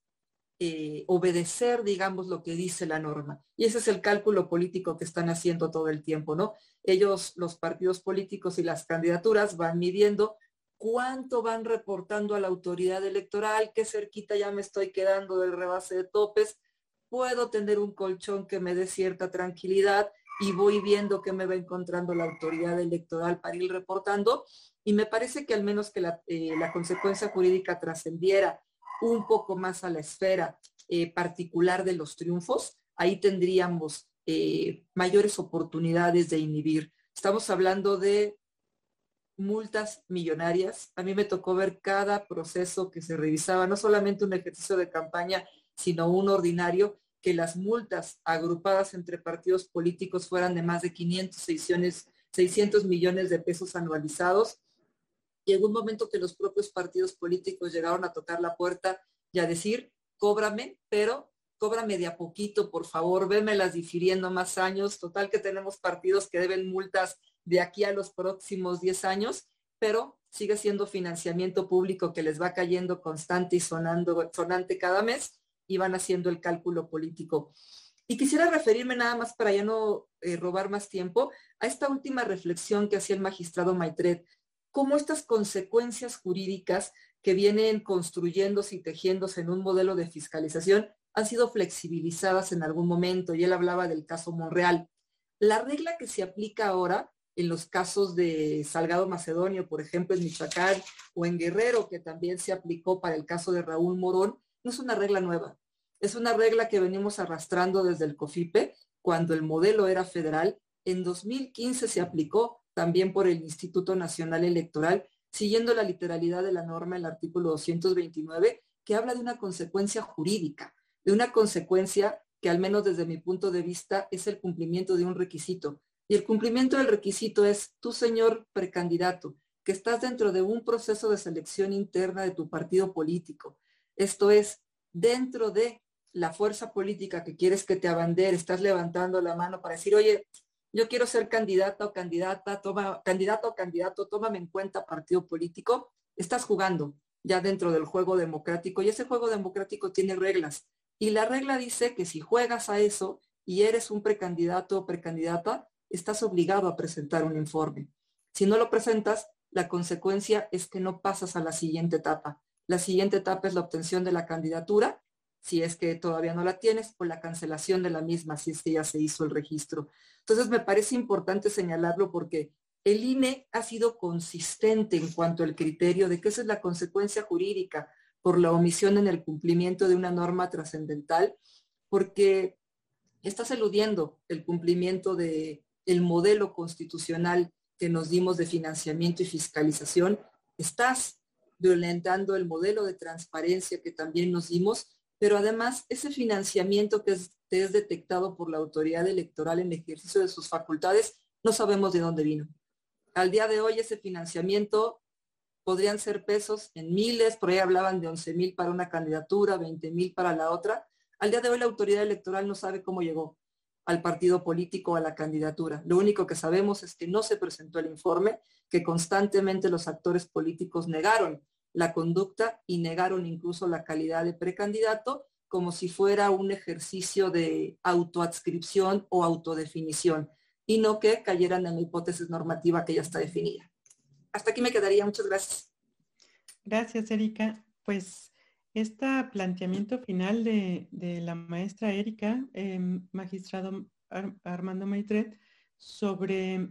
obedecer, digamos, lo que dice la norma. Y ese es el cálculo político que están haciendo todo el tiempo, ¿no? Ellos, los partidos políticos y las candidaturas, van midiendo cuánto van reportando a la autoridad electoral, qué cerquita ya me estoy quedando del rebase de topes, puedo tener un colchón que me dé cierta tranquilidad y voy viendo qué me va encontrando la autoridad electoral para ir reportando. Y me parece que al menos que la consecuencia jurídica trascendiera un poco más a la esfera particular de los triunfos, ahí tendríamos mayores oportunidades de inhibir. Estamos hablando de multas millonarias. A mí me tocó ver cada proceso que se revisaba, no solamente un ejercicio de campaña, sino un ordinario, que las multas agrupadas entre partidos políticos fueran de más de 600 millones de pesos anualizados. Llegó un momento que los propios partidos políticos llegaron a tocar la puerta y a decir, cóbrame, pero cóbrame de a poquito, por favor, vémelas difiriendo más años. Total que tenemos partidos que deben multas de aquí a los próximos 10 años, pero sigue siendo financiamiento público que les va cayendo constante y sonante cada mes, y van haciendo el cálculo político. Y quisiera referirme nada más, para ya no robar más tiempo, a esta última reflexión que hacía el magistrado Maitret, cómo estas consecuencias jurídicas que vienen construyéndose y tejiéndose en un modelo de fiscalización han sido flexibilizadas en algún momento, y él hablaba del caso Monreal. La regla que se aplica ahora en los casos de Salgado Macedonio, por ejemplo, en Michoacán, o en Guerrero, que también se aplicó para el caso de Raúl Morón, no es una regla nueva. Es una regla que venimos arrastrando desde el COFIPE, cuando el modelo era federal. En 2015 se aplicó también por el Instituto Nacional Electoral, siguiendo la literalidad de la norma, el artículo 229, que habla de una consecuencia jurídica, de una consecuencia que, al menos desde mi punto de vista, es el cumplimiento de un requisito. Y el cumplimiento del requisito es, tú, señor precandidato, que estás dentro de un proceso de selección interna de tu partido político. Esto es, dentro de la fuerza política que quieres que te abandere, estás levantando la mano para decir, oye, yo quiero ser candidata o candidata, candidato, tómame en cuenta, partido político. Estás jugando ya dentro del juego democrático, y ese juego democrático tiene reglas. Y la regla dice que si juegas a eso y eres un precandidato o precandidata, estás obligado a presentar un informe. Si no lo presentas, la consecuencia es que no pasas a la siguiente etapa. La siguiente etapa es la obtención de la candidatura, si es que todavía no la tienes, o la cancelación de la misma, si es que ya se hizo el registro. Entonces me parece importante señalarlo, porque el INE ha sido consistente en cuanto al criterio de que esa es la consecuencia jurídica por la omisión en el cumplimiento de una norma trascendental, porque estás eludiendo el cumplimiento de el modelo constitucional que nos dimos de financiamiento y fiscalización, estás violentando el modelo de transparencia que también nos dimos, pero además ese financiamiento que es detectado por la autoridad electoral en ejercicio de sus facultades, no sabemos de dónde vino. Al día de hoy ese financiamiento podrían ser pesos en miles, por ahí hablaban de 11,000 para una candidatura, 20,000 para la otra. Al día de hoy la autoridad electoral no sabe cómo llegó al partido político, a la candidatura. Lo único que sabemos es que no se presentó el informe, que constantemente los actores políticos negaron la conducta y negaron incluso la calidad de precandidato, como si fuera un ejercicio de autoadscripción o autodefinición, y no que cayeran en la hipótesis normativa que ya está definida. Hasta aquí me quedaría. Muchas gracias. Gracias, Erika. Pues este planteamiento final de la maestra Erika, magistrado Armando Maitret, sobre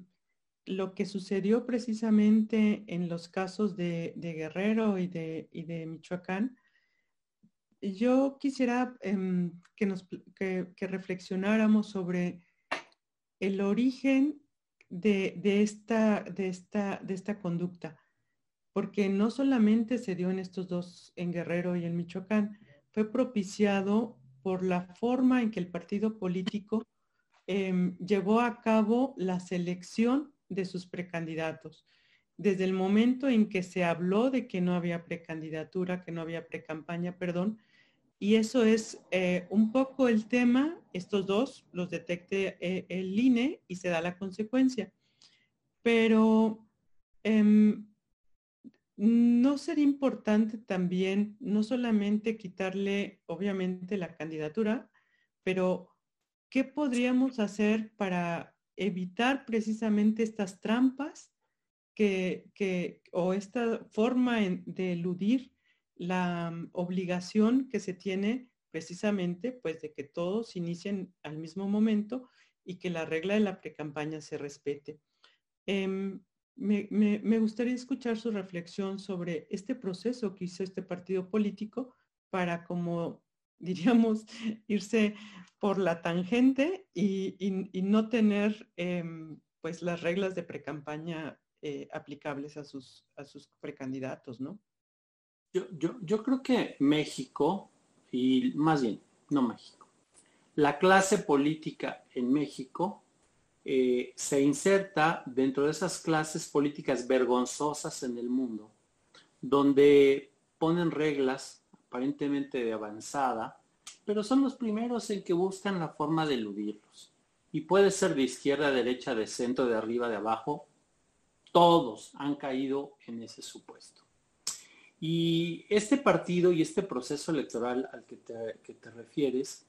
lo que sucedió precisamente en los casos de Guerrero y de Michoacán, yo quisiera que reflexionáramos sobre el origen de esta conducta, porque no solamente se dio en estos dos, en Guerrero y en Michoacán, fue propiciado por la forma en que el partido político llevó a cabo la selección de sus precandidatos. Desde el momento en que se habló de que no había precandidatura, que no había precampaña, perdón, y eso es un poco el tema, estos dos los detecte el INE y se da la consecuencia. Pero ¿no sería importante también no solamente quitarle, obviamente, la candidatura, pero qué podríamos hacer para evitar precisamente estas trampas o esta forma de eludir la obligación que se tiene precisamente pues de que todos inicien al mismo momento y que la regla de la precampaña se respete. Me gustaría escuchar su reflexión sobre este proceso que hizo este partido político para, como diríamos, irse por la tangente y no tener pues las reglas de precampaña aplicables a sus precandidatos, ¿no? Yo creo que México, y más bien, no México, la clase política en México se inserta dentro de esas clases políticas vergonzosas en el mundo, donde ponen reglas aparentemente de avanzada, pero son los primeros en que buscan la forma de eludirlos. Y puede ser de izquierda, derecha, de centro, de arriba, de abajo, todos han caído en ese supuesto. Y este partido y este proceso electoral al que te refieres,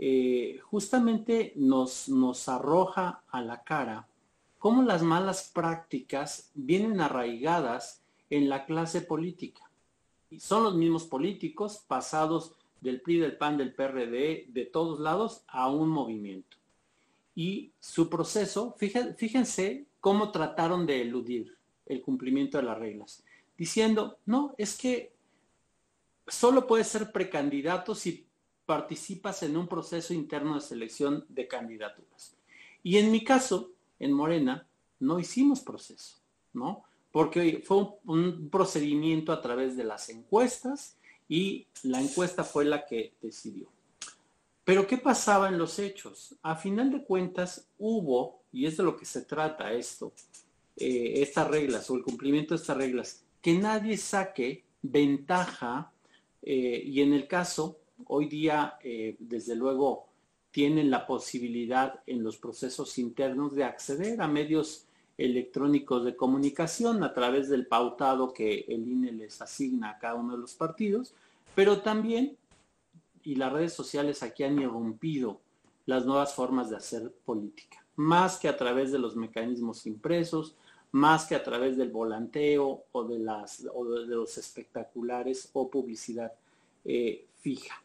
justamente nos arroja a la cara cómo las malas prácticas vienen arraigadas en la clase política. Y son los mismos políticos pasados del PRI, del PAN, del PRD, de todos lados a un movimiento. Y su proceso, fíjense cómo trataron de eludir el cumplimiento de las reglas, diciendo, no, es que solo puedes ser precandidato si participas en un proceso interno de selección de candidaturas. Y en mi caso, en Morena, no hicimos proceso, ¿no? Porque fue un procedimiento a través de las encuestas y la encuesta fue la que decidió. Pero ¿qué pasaba en los hechos? A final de cuentas hubo, y es de lo que se trata esto, estas reglas o el cumplimiento de estas reglas, que nadie saque ventaja y en el caso, hoy día, desde luego, tienen la posibilidad en los procesos internos de acceder a medios electrónicos de comunicación a través del pautado que el INE les asigna a cada uno de los partidos, pero también, y las redes sociales aquí han irrumpido las nuevas formas de hacer política, más que a través de los mecanismos impresos, más que a través del volanteo o de los espectaculares o publicidad fija.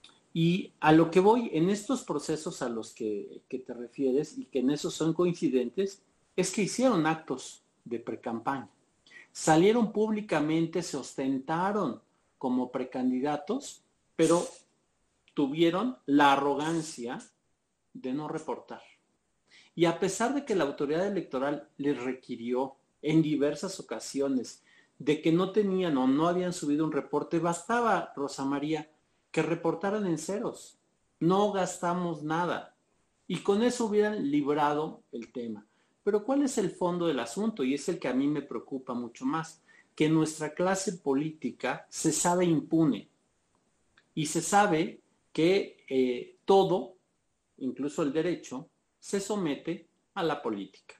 Y a lo que voy en estos procesos a los que te refieres y que en esos son coincidentes, es que hicieron actos de precampaña. Salieron públicamente, se ostentaron como precandidatos, pero tuvieron la arrogancia de no reportar. Y a pesar de que la autoridad electoral les requirió en diversas ocasiones de que no tenían o no habían subido un reporte, bastaba, Rosa María, que reportaran en ceros. No gastamos nada. Y con eso hubieran librado el tema. Pero ¿cuál es el fondo del asunto? Y es el que a mí me preocupa mucho más. Que nuestra clase política se sabe impune. Y se sabe que todo, incluso el derecho, se somete a la política.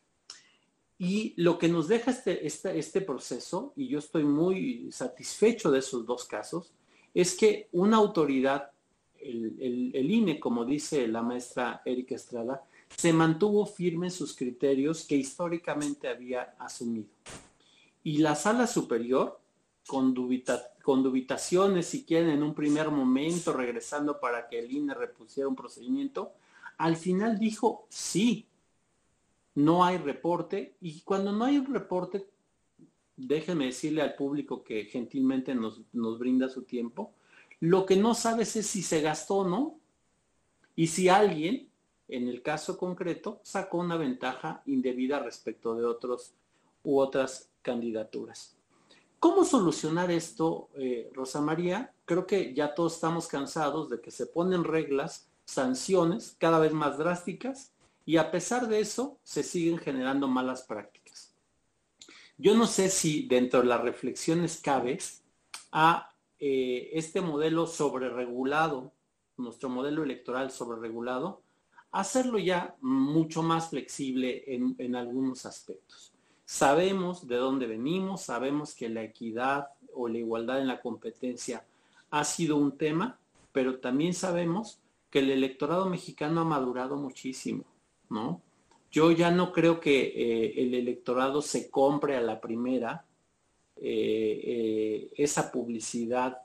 Y lo que nos deja este proceso, y yo estoy muy satisfecho de esos dos casos, es que una autoridad, el INE, como dice la maestra Erika Estrada, se mantuvo firme en sus criterios que históricamente había asumido. Y la sala superior, con dubitaciones, si quieren, en un primer momento, regresando para que el INE repusiera un procedimiento, al final dijo sí, no hay reporte, y cuando no hay un reporte, déjenme decirle al público que gentilmente nos brinda su tiempo, lo que no sabes es si se gastó o no, y si alguien, en el caso concreto, sacó una ventaja indebida respecto de otros u otras candidaturas. ¿Cómo solucionar esto, Rosa María? Creo que ya todos estamos cansados de que se ponen reglas, sanciones cada vez más drásticas, y a pesar de eso se siguen generando malas prácticas. Yo no sé si dentro de las reflexiones cabe a este modelo sobreregulado, nuestro modelo electoral sobreregulado, hacerlo ya mucho más flexible en algunos aspectos. Sabemos de dónde venimos, sabemos que la equidad o la igualdad en la competencia ha sido un tema, pero también sabemos que el electorado mexicano ha madurado muchísimo, ¿no? Yo ya no creo que el electorado se compre a la primera esa publicidad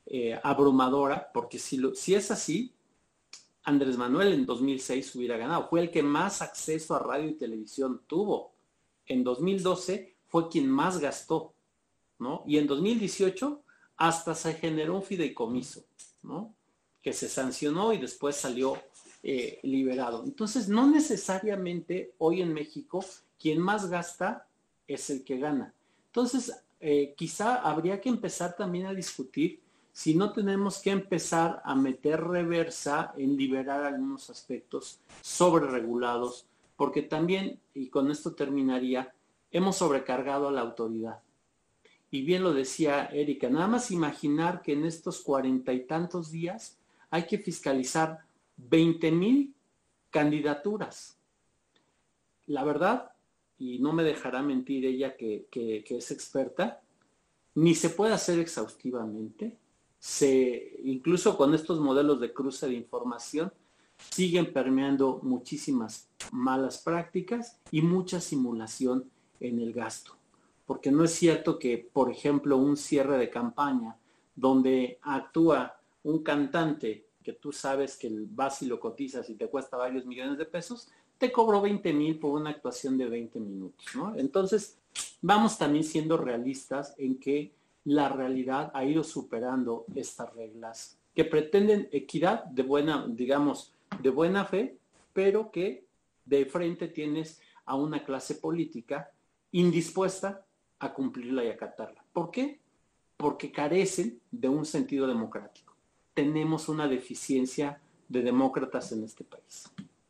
abrumadora, porque si es así, Andrés Manuel en 2006 hubiera ganado. Fue el que más acceso a radio y televisión tuvo. En 2012 fue quien más gastó, ¿no? Y en 2018 hasta se generó un fideicomiso, ¿no? Que se sancionó y después salió liberado. Entonces, no necesariamente hoy en México quien más gasta es el que gana. Entonces, quizá habría que empezar también a discutir si no tenemos que empezar a meter reversa en liberar algunos aspectos sobreregulados, porque también, y con esto terminaría, hemos sobrecargado a la autoridad. Y bien lo decía Erika, nada más imaginar que en estos 40 y tantos días hay que fiscalizar 20,000 candidaturas. La verdad, y no me dejará mentir ella que es experta, ni se puede hacer exhaustivamente. Incluso con estos modelos de cruce de información, siguen permeando muchísimas malas prácticas y mucha simulación en el gasto. Porque no es cierto que, por ejemplo, un cierre de campaña donde actúa un cantante que tú sabes que vas y lo cotizas y te cuesta varios millones de pesos, te cobró 20,000 por una actuación de 20 minutos, ¿no? Entonces, vamos también siendo realistas en que la realidad ha ido superando estas reglas que pretenden equidad de buena, digamos, de buena fe, pero que de frente tienes a una clase política indispuesta a cumplirla y acatarla. ¿Por qué? Porque carecen de un sentido democrático. Tenemos una deficiencia de demócratas en este país.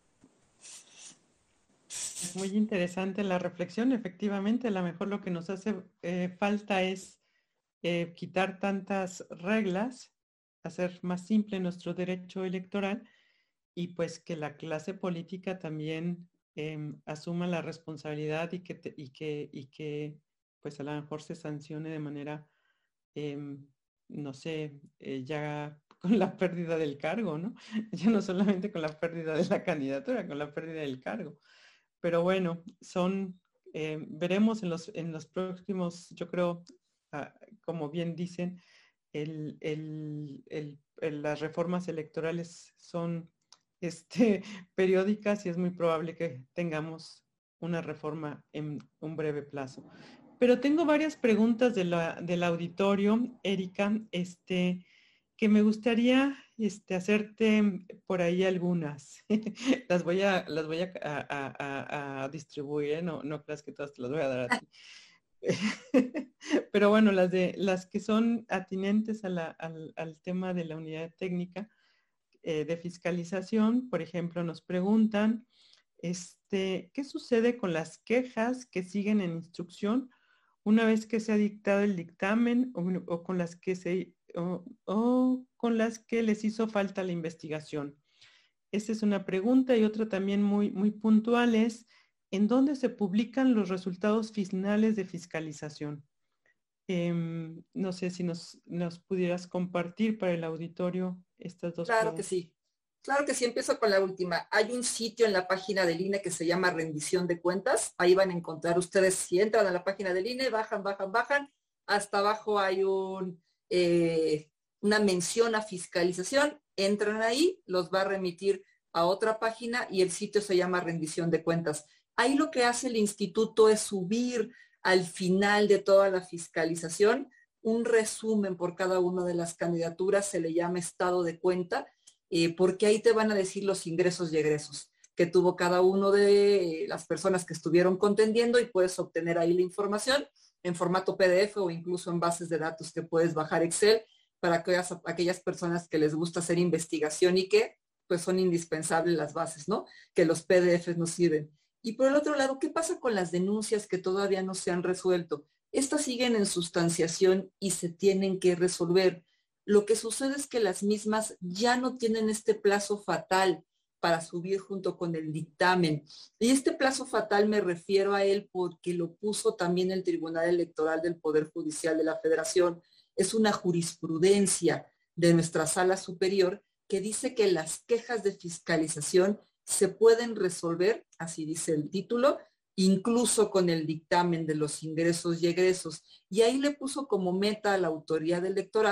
Muy interesante la reflexión. Efectivamente, a lo mejor lo que nos hace falta es quitar tantas reglas, hacer más simple nuestro derecho electoral y pues que la clase política también asuma la responsabilidad y que pues a lo mejor se sancione de manera, no sé, ya con la pérdida del cargo, ¿no? Ya no solamente con la pérdida de la candidatura, con la pérdida del cargo. Pero bueno, veremos en los próximos, yo creo, como bien dicen, las reformas electorales son periódicas y es muy probable que tengamos una reforma en un breve plazo. Pero tengo varias preguntas del auditorio, Erika, que me gustaría hacerte por ahí algunas. las voy a distribuir, no creas que todas te las voy a dar a ti. Pero bueno, las que son atinentes al tema de la unidad técnica de fiscalización, por ejemplo, nos preguntan, ¿qué sucede con las quejas que siguen en instrucción una vez que se ha dictado el dictamen o con las que con las que les hizo falta la investigación? Esta es una pregunta y otra también muy, muy puntual es, ¿en dónde se publican los resultados finales de fiscalización? No sé si nos pudieras compartir para el auditorio estas dos Claro preguntas. que sí. Claro que sí, empiezo con la última. Hay un sitio en la página del INE que se llama Rendición de Cuentas. Ahí van a encontrar ustedes, si entran a la página del INE, bajan. Hasta abajo hay una mención a fiscalización. Entran ahí, los va a remitir a otra página y el sitio se llama Rendición de Cuentas. Ahí lo que hace el instituto es subir al final de toda la fiscalización un resumen por cada una de las candidaturas, se le llama estado de cuenta, porque ahí te van a decir los ingresos y egresos que tuvo cada uno de las personas que estuvieron contendiendo y puedes obtener ahí la información en formato PDF o incluso en bases de datos que puedes bajar Excel para aquellas personas que les gusta hacer investigación y que pues son indispensables las bases, ¿no? Que los PDFs nos sirven. Y por el otro lado, ¿qué pasa con las denuncias que todavía no se han resuelto? Estas siguen en sustanciación y se tienen que resolver. Lo que sucede es que las mismas ya no tienen este plazo fatal para subir junto con el dictamen. Y este plazo fatal me refiero a él porque lo puso también el Tribunal Electoral del Poder Judicial de la Federación. Es una jurisprudencia de nuestra Sala Superior que dice que las quejas de fiscalización se pueden resolver, así dice el título, incluso con el dictamen de los ingresos y egresos. Y ahí le puso como meta a la autoridad electoral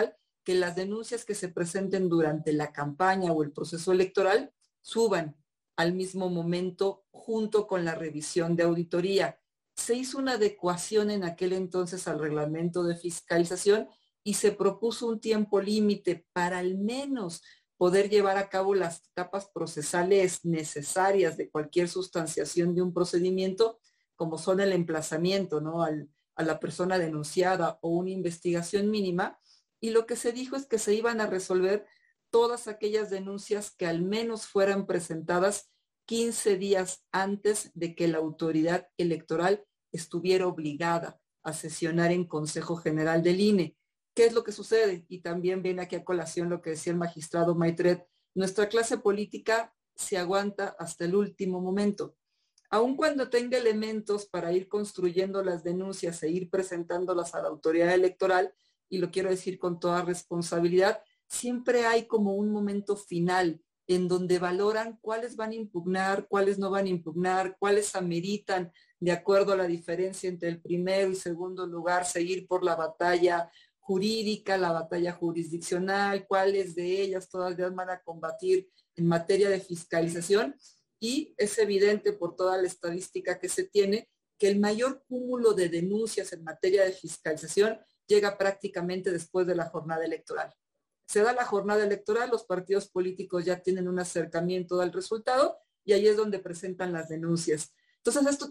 que las denuncias que se presenten durante la campaña o el proceso electoral suban al mismo momento junto con la revisión de auditoría. Se hizo una adecuación en aquel entonces al reglamento de fiscalización y se propuso un tiempo límite para al menos poder llevar a cabo las etapas procesales necesarias de cualquier sustanciación de un procedimiento, como son el emplazamiento, ¿no?, a la persona denunciada o una investigación mínima. Y lo que se dijo es que se iban a resolver todas aquellas denuncias que al menos fueran presentadas 15 días antes de que la autoridad electoral estuviera obligada a sesionar en Consejo General del INE. ¿Qué es lo que sucede? Y también viene aquí a colación lo que decía el magistrado Maitret. Nuestra clase política se aguanta hasta el último momento. Aun cuando tenga elementos para ir construyendo las denuncias e ir presentándolas a la autoridad electoral, y lo quiero decir con toda responsabilidad, siempre hay como un momento final en donde valoran cuáles van a impugnar, cuáles no van a impugnar, cuáles ameritan, de acuerdo a la diferencia entre el primero y segundo lugar, seguir por la batalla jurídica, la batalla jurisdiccional, cuáles de ellas todavía van a combatir en materia de fiscalización. Y es evidente por toda la estadística que se tiene que el mayor cúmulo de denuncias en materia de fiscalización llega prácticamente después de la jornada electoral. Se da la jornada electoral, los partidos políticos ya tienen un acercamiento al resultado y ahí es donde presentan las denuncias. Entonces esto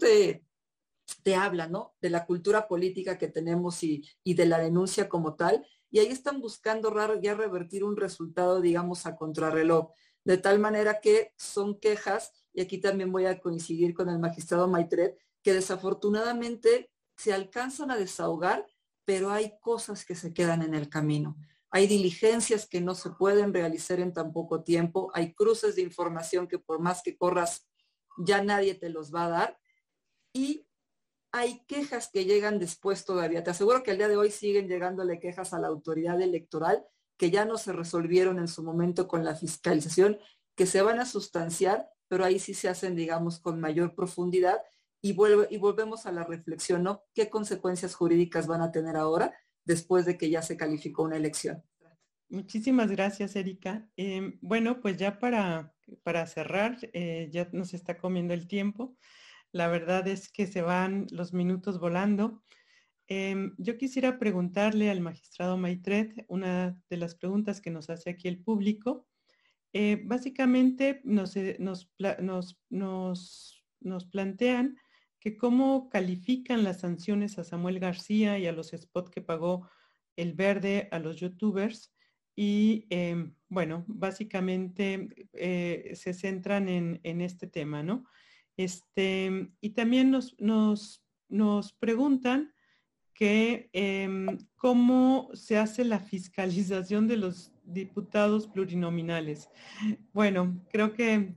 te habla, ¿no?, de la cultura política que tenemos y de la denuncia como tal, y ahí están buscando ya revertir un resultado, digamos, a contrarreloj, de tal manera que son quejas, y aquí también voy a coincidir con el magistrado Maitret, que desafortunadamente se alcanzan a desahogar, pero hay cosas que se quedan en el camino. Hay diligencias que no se pueden realizar en tan poco tiempo, hay cruces de información que por más que corras, ya nadie te los va a dar, y hay quejas que llegan después todavía. Te aseguro que al día de hoy siguen llegándole quejas a la autoridad electoral que ya no se resolvieron en su momento con la fiscalización, que se van a sustanciar, pero ahí sí se hacen, digamos, con mayor profundidad y volvemos a la reflexión, ¿no? ¿Qué consecuencias jurídicas van a tener ahora después de que ya se calificó una elección? Muchísimas gracias, Erika. Bueno, pues ya para cerrar, ya nos está comiendo el tiempo. La verdad es que se van los minutos volando. Yo quisiera preguntarle al magistrado Maitret una de las preguntas que nos hace aquí el público. Básicamente nos plantean que cómo califican las sanciones a Samuel García y a los spots que pagó El Verde a los youtubers. Y bueno, básicamente se centran en este tema, ¿no? Y también nos preguntan que cómo se hace la fiscalización de los diputados plurinominales. Bueno, creo que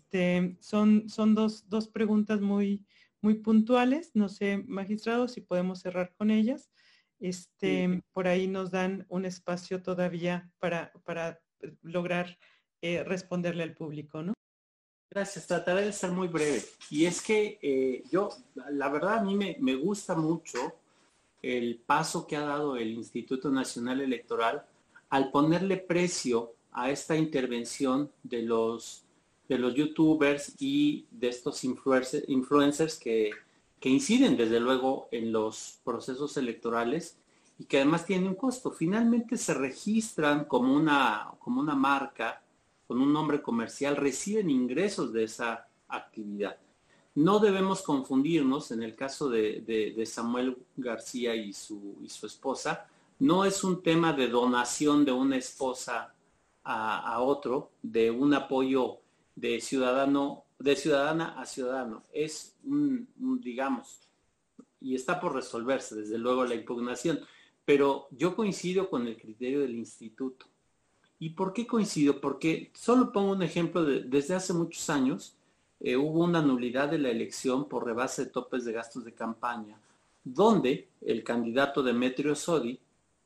son dos preguntas muy puntuales. No sé, magistrado, si podemos cerrar con ellas. Sí. Por ahí nos dan un espacio todavía para lograr responderle al público, ¿no? Gracias, trataré de ser muy breve. Y es que la verdad, a mí me gusta mucho el paso que ha dado el Instituto Nacional Electoral al ponerle precio a esta intervención de los youtubers y de estos influencers que inciden desde luego en los procesos electorales y que además tienen un costo. Finalmente se registran como una marca con un nombre comercial, reciben ingresos de esa actividad. No debemos confundirnos, en el caso de Samuel García y su esposa, no es un tema de donación de una esposa a otro, de un apoyo de ciudadana a ciudadano. Es digamos, y está por resolverse, desde luego, la impugnación. Pero yo coincido con el criterio del instituto. ¿Y por qué coincido? Porque, solo pongo un ejemplo, desde hace muchos años hubo una nulidad de la elección por rebase de topes de gastos de campaña, donde el candidato Demetrio Sodi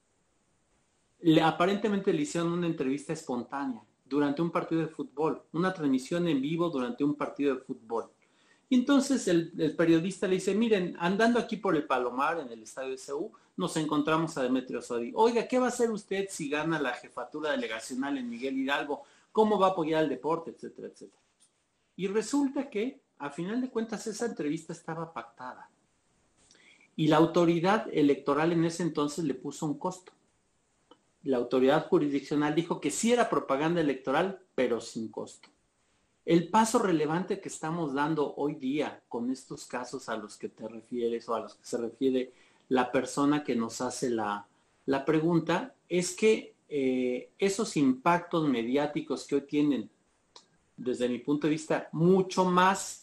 aparentemente le hicieron una entrevista espontánea durante un partido de fútbol, una transmisión en vivo durante un partido de fútbol. Y entonces el periodista le dice, miren, andando aquí por el Palomar, en el estadio de CU, nos encontramos a Demetrio Sodi. Oiga, ¿qué va a hacer usted si gana la jefatura delegacional en Miguel Hidalgo? ¿Cómo va a apoyar al deporte? Etcétera, etcétera. Y resulta que, a final de cuentas, esa entrevista estaba pactada. Y la autoridad electoral en ese entonces le puso un costo. La autoridad jurisdiccional dijo que sí era propaganda electoral, pero sin costo. El paso relevante que estamos dando hoy día con estos casos a los que te refieres o a los que se refiere la persona que nos hace la pregunta es que esos impactos mediáticos que hoy tienen, desde mi punto de vista, mucho más,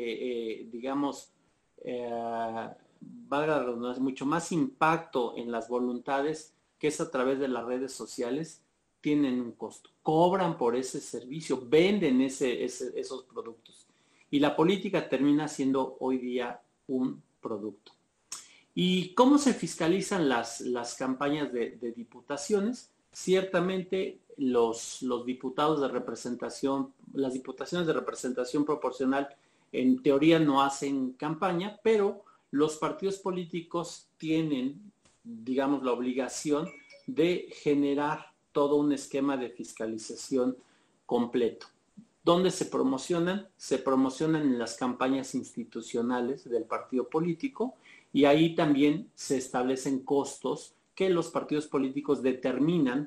valga la redundancia, mucho más impacto en las voluntades que es a través de las redes sociales, tienen un costo, cobran por ese servicio, venden esos productos. Y la política termina siendo hoy día un producto. ¿Y cómo se fiscalizan las campañas de diputaciones? Ciertamente los diputados de representación, las diputaciones de representación proporcional en teoría no hacen campaña, pero los partidos políticos tienen, digamos, la obligación de generar todo un esquema de fiscalización completo. ¿Dónde se promocionan? Se promocionan en las campañas institucionales del partido político y ahí también se establecen costos que los partidos políticos determinan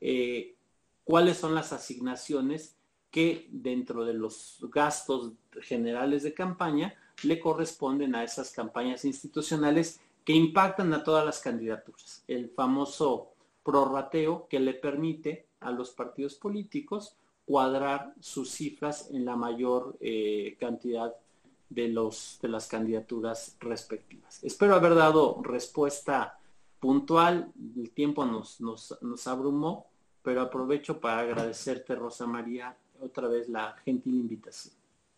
cuáles son las asignaciones que dentro de los gastos generales de campaña le corresponden a esas campañas institucionales que impactan a todas las candidaturas. El famoso prorrateo que le permite a los partidos políticos cuadrar sus cifras en la mayor cantidad de las candidaturas respectivas. Espero haber dado respuesta puntual. El tiempo nos abrumó, pero aprovecho para agradecerte, Rosa María, otra vez la gentil invitación.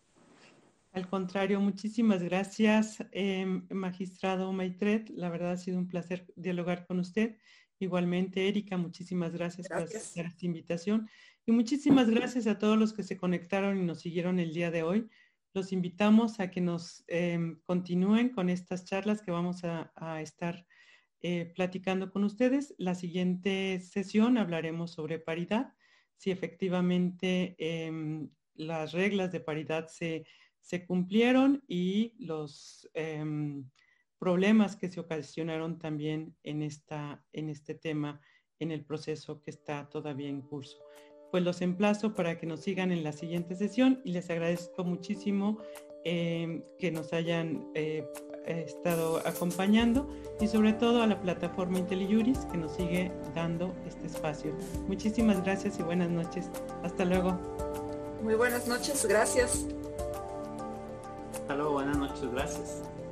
Al contrario, muchísimas gracias, magistrado Maitret. La verdad ha sido un placer dialogar con usted. Igualmente, Erika, muchísimas gracias por aceptar esta invitación. Y muchísimas gracias a todos los que se conectaron y nos siguieron el día de hoy. Los invitamos a que nos continúen con estas charlas que vamos a estar platicando con ustedes. La siguiente sesión hablaremos sobre paridad. Si efectivamente las reglas de paridad se cumplieron y los problemas que se ocasionaron también en este tema, en el proceso que está todavía en curso. Pues los emplazo para que nos sigan en la siguiente sesión y les agradezco muchísimo que nos hayan estado acompañando y sobre todo a la plataforma IntelliJuris que nos sigue dando este espacio. Muchísimas gracias y buenas noches. Hasta luego. Muy buenas noches, gracias. Hasta luego, buenas noches, gracias.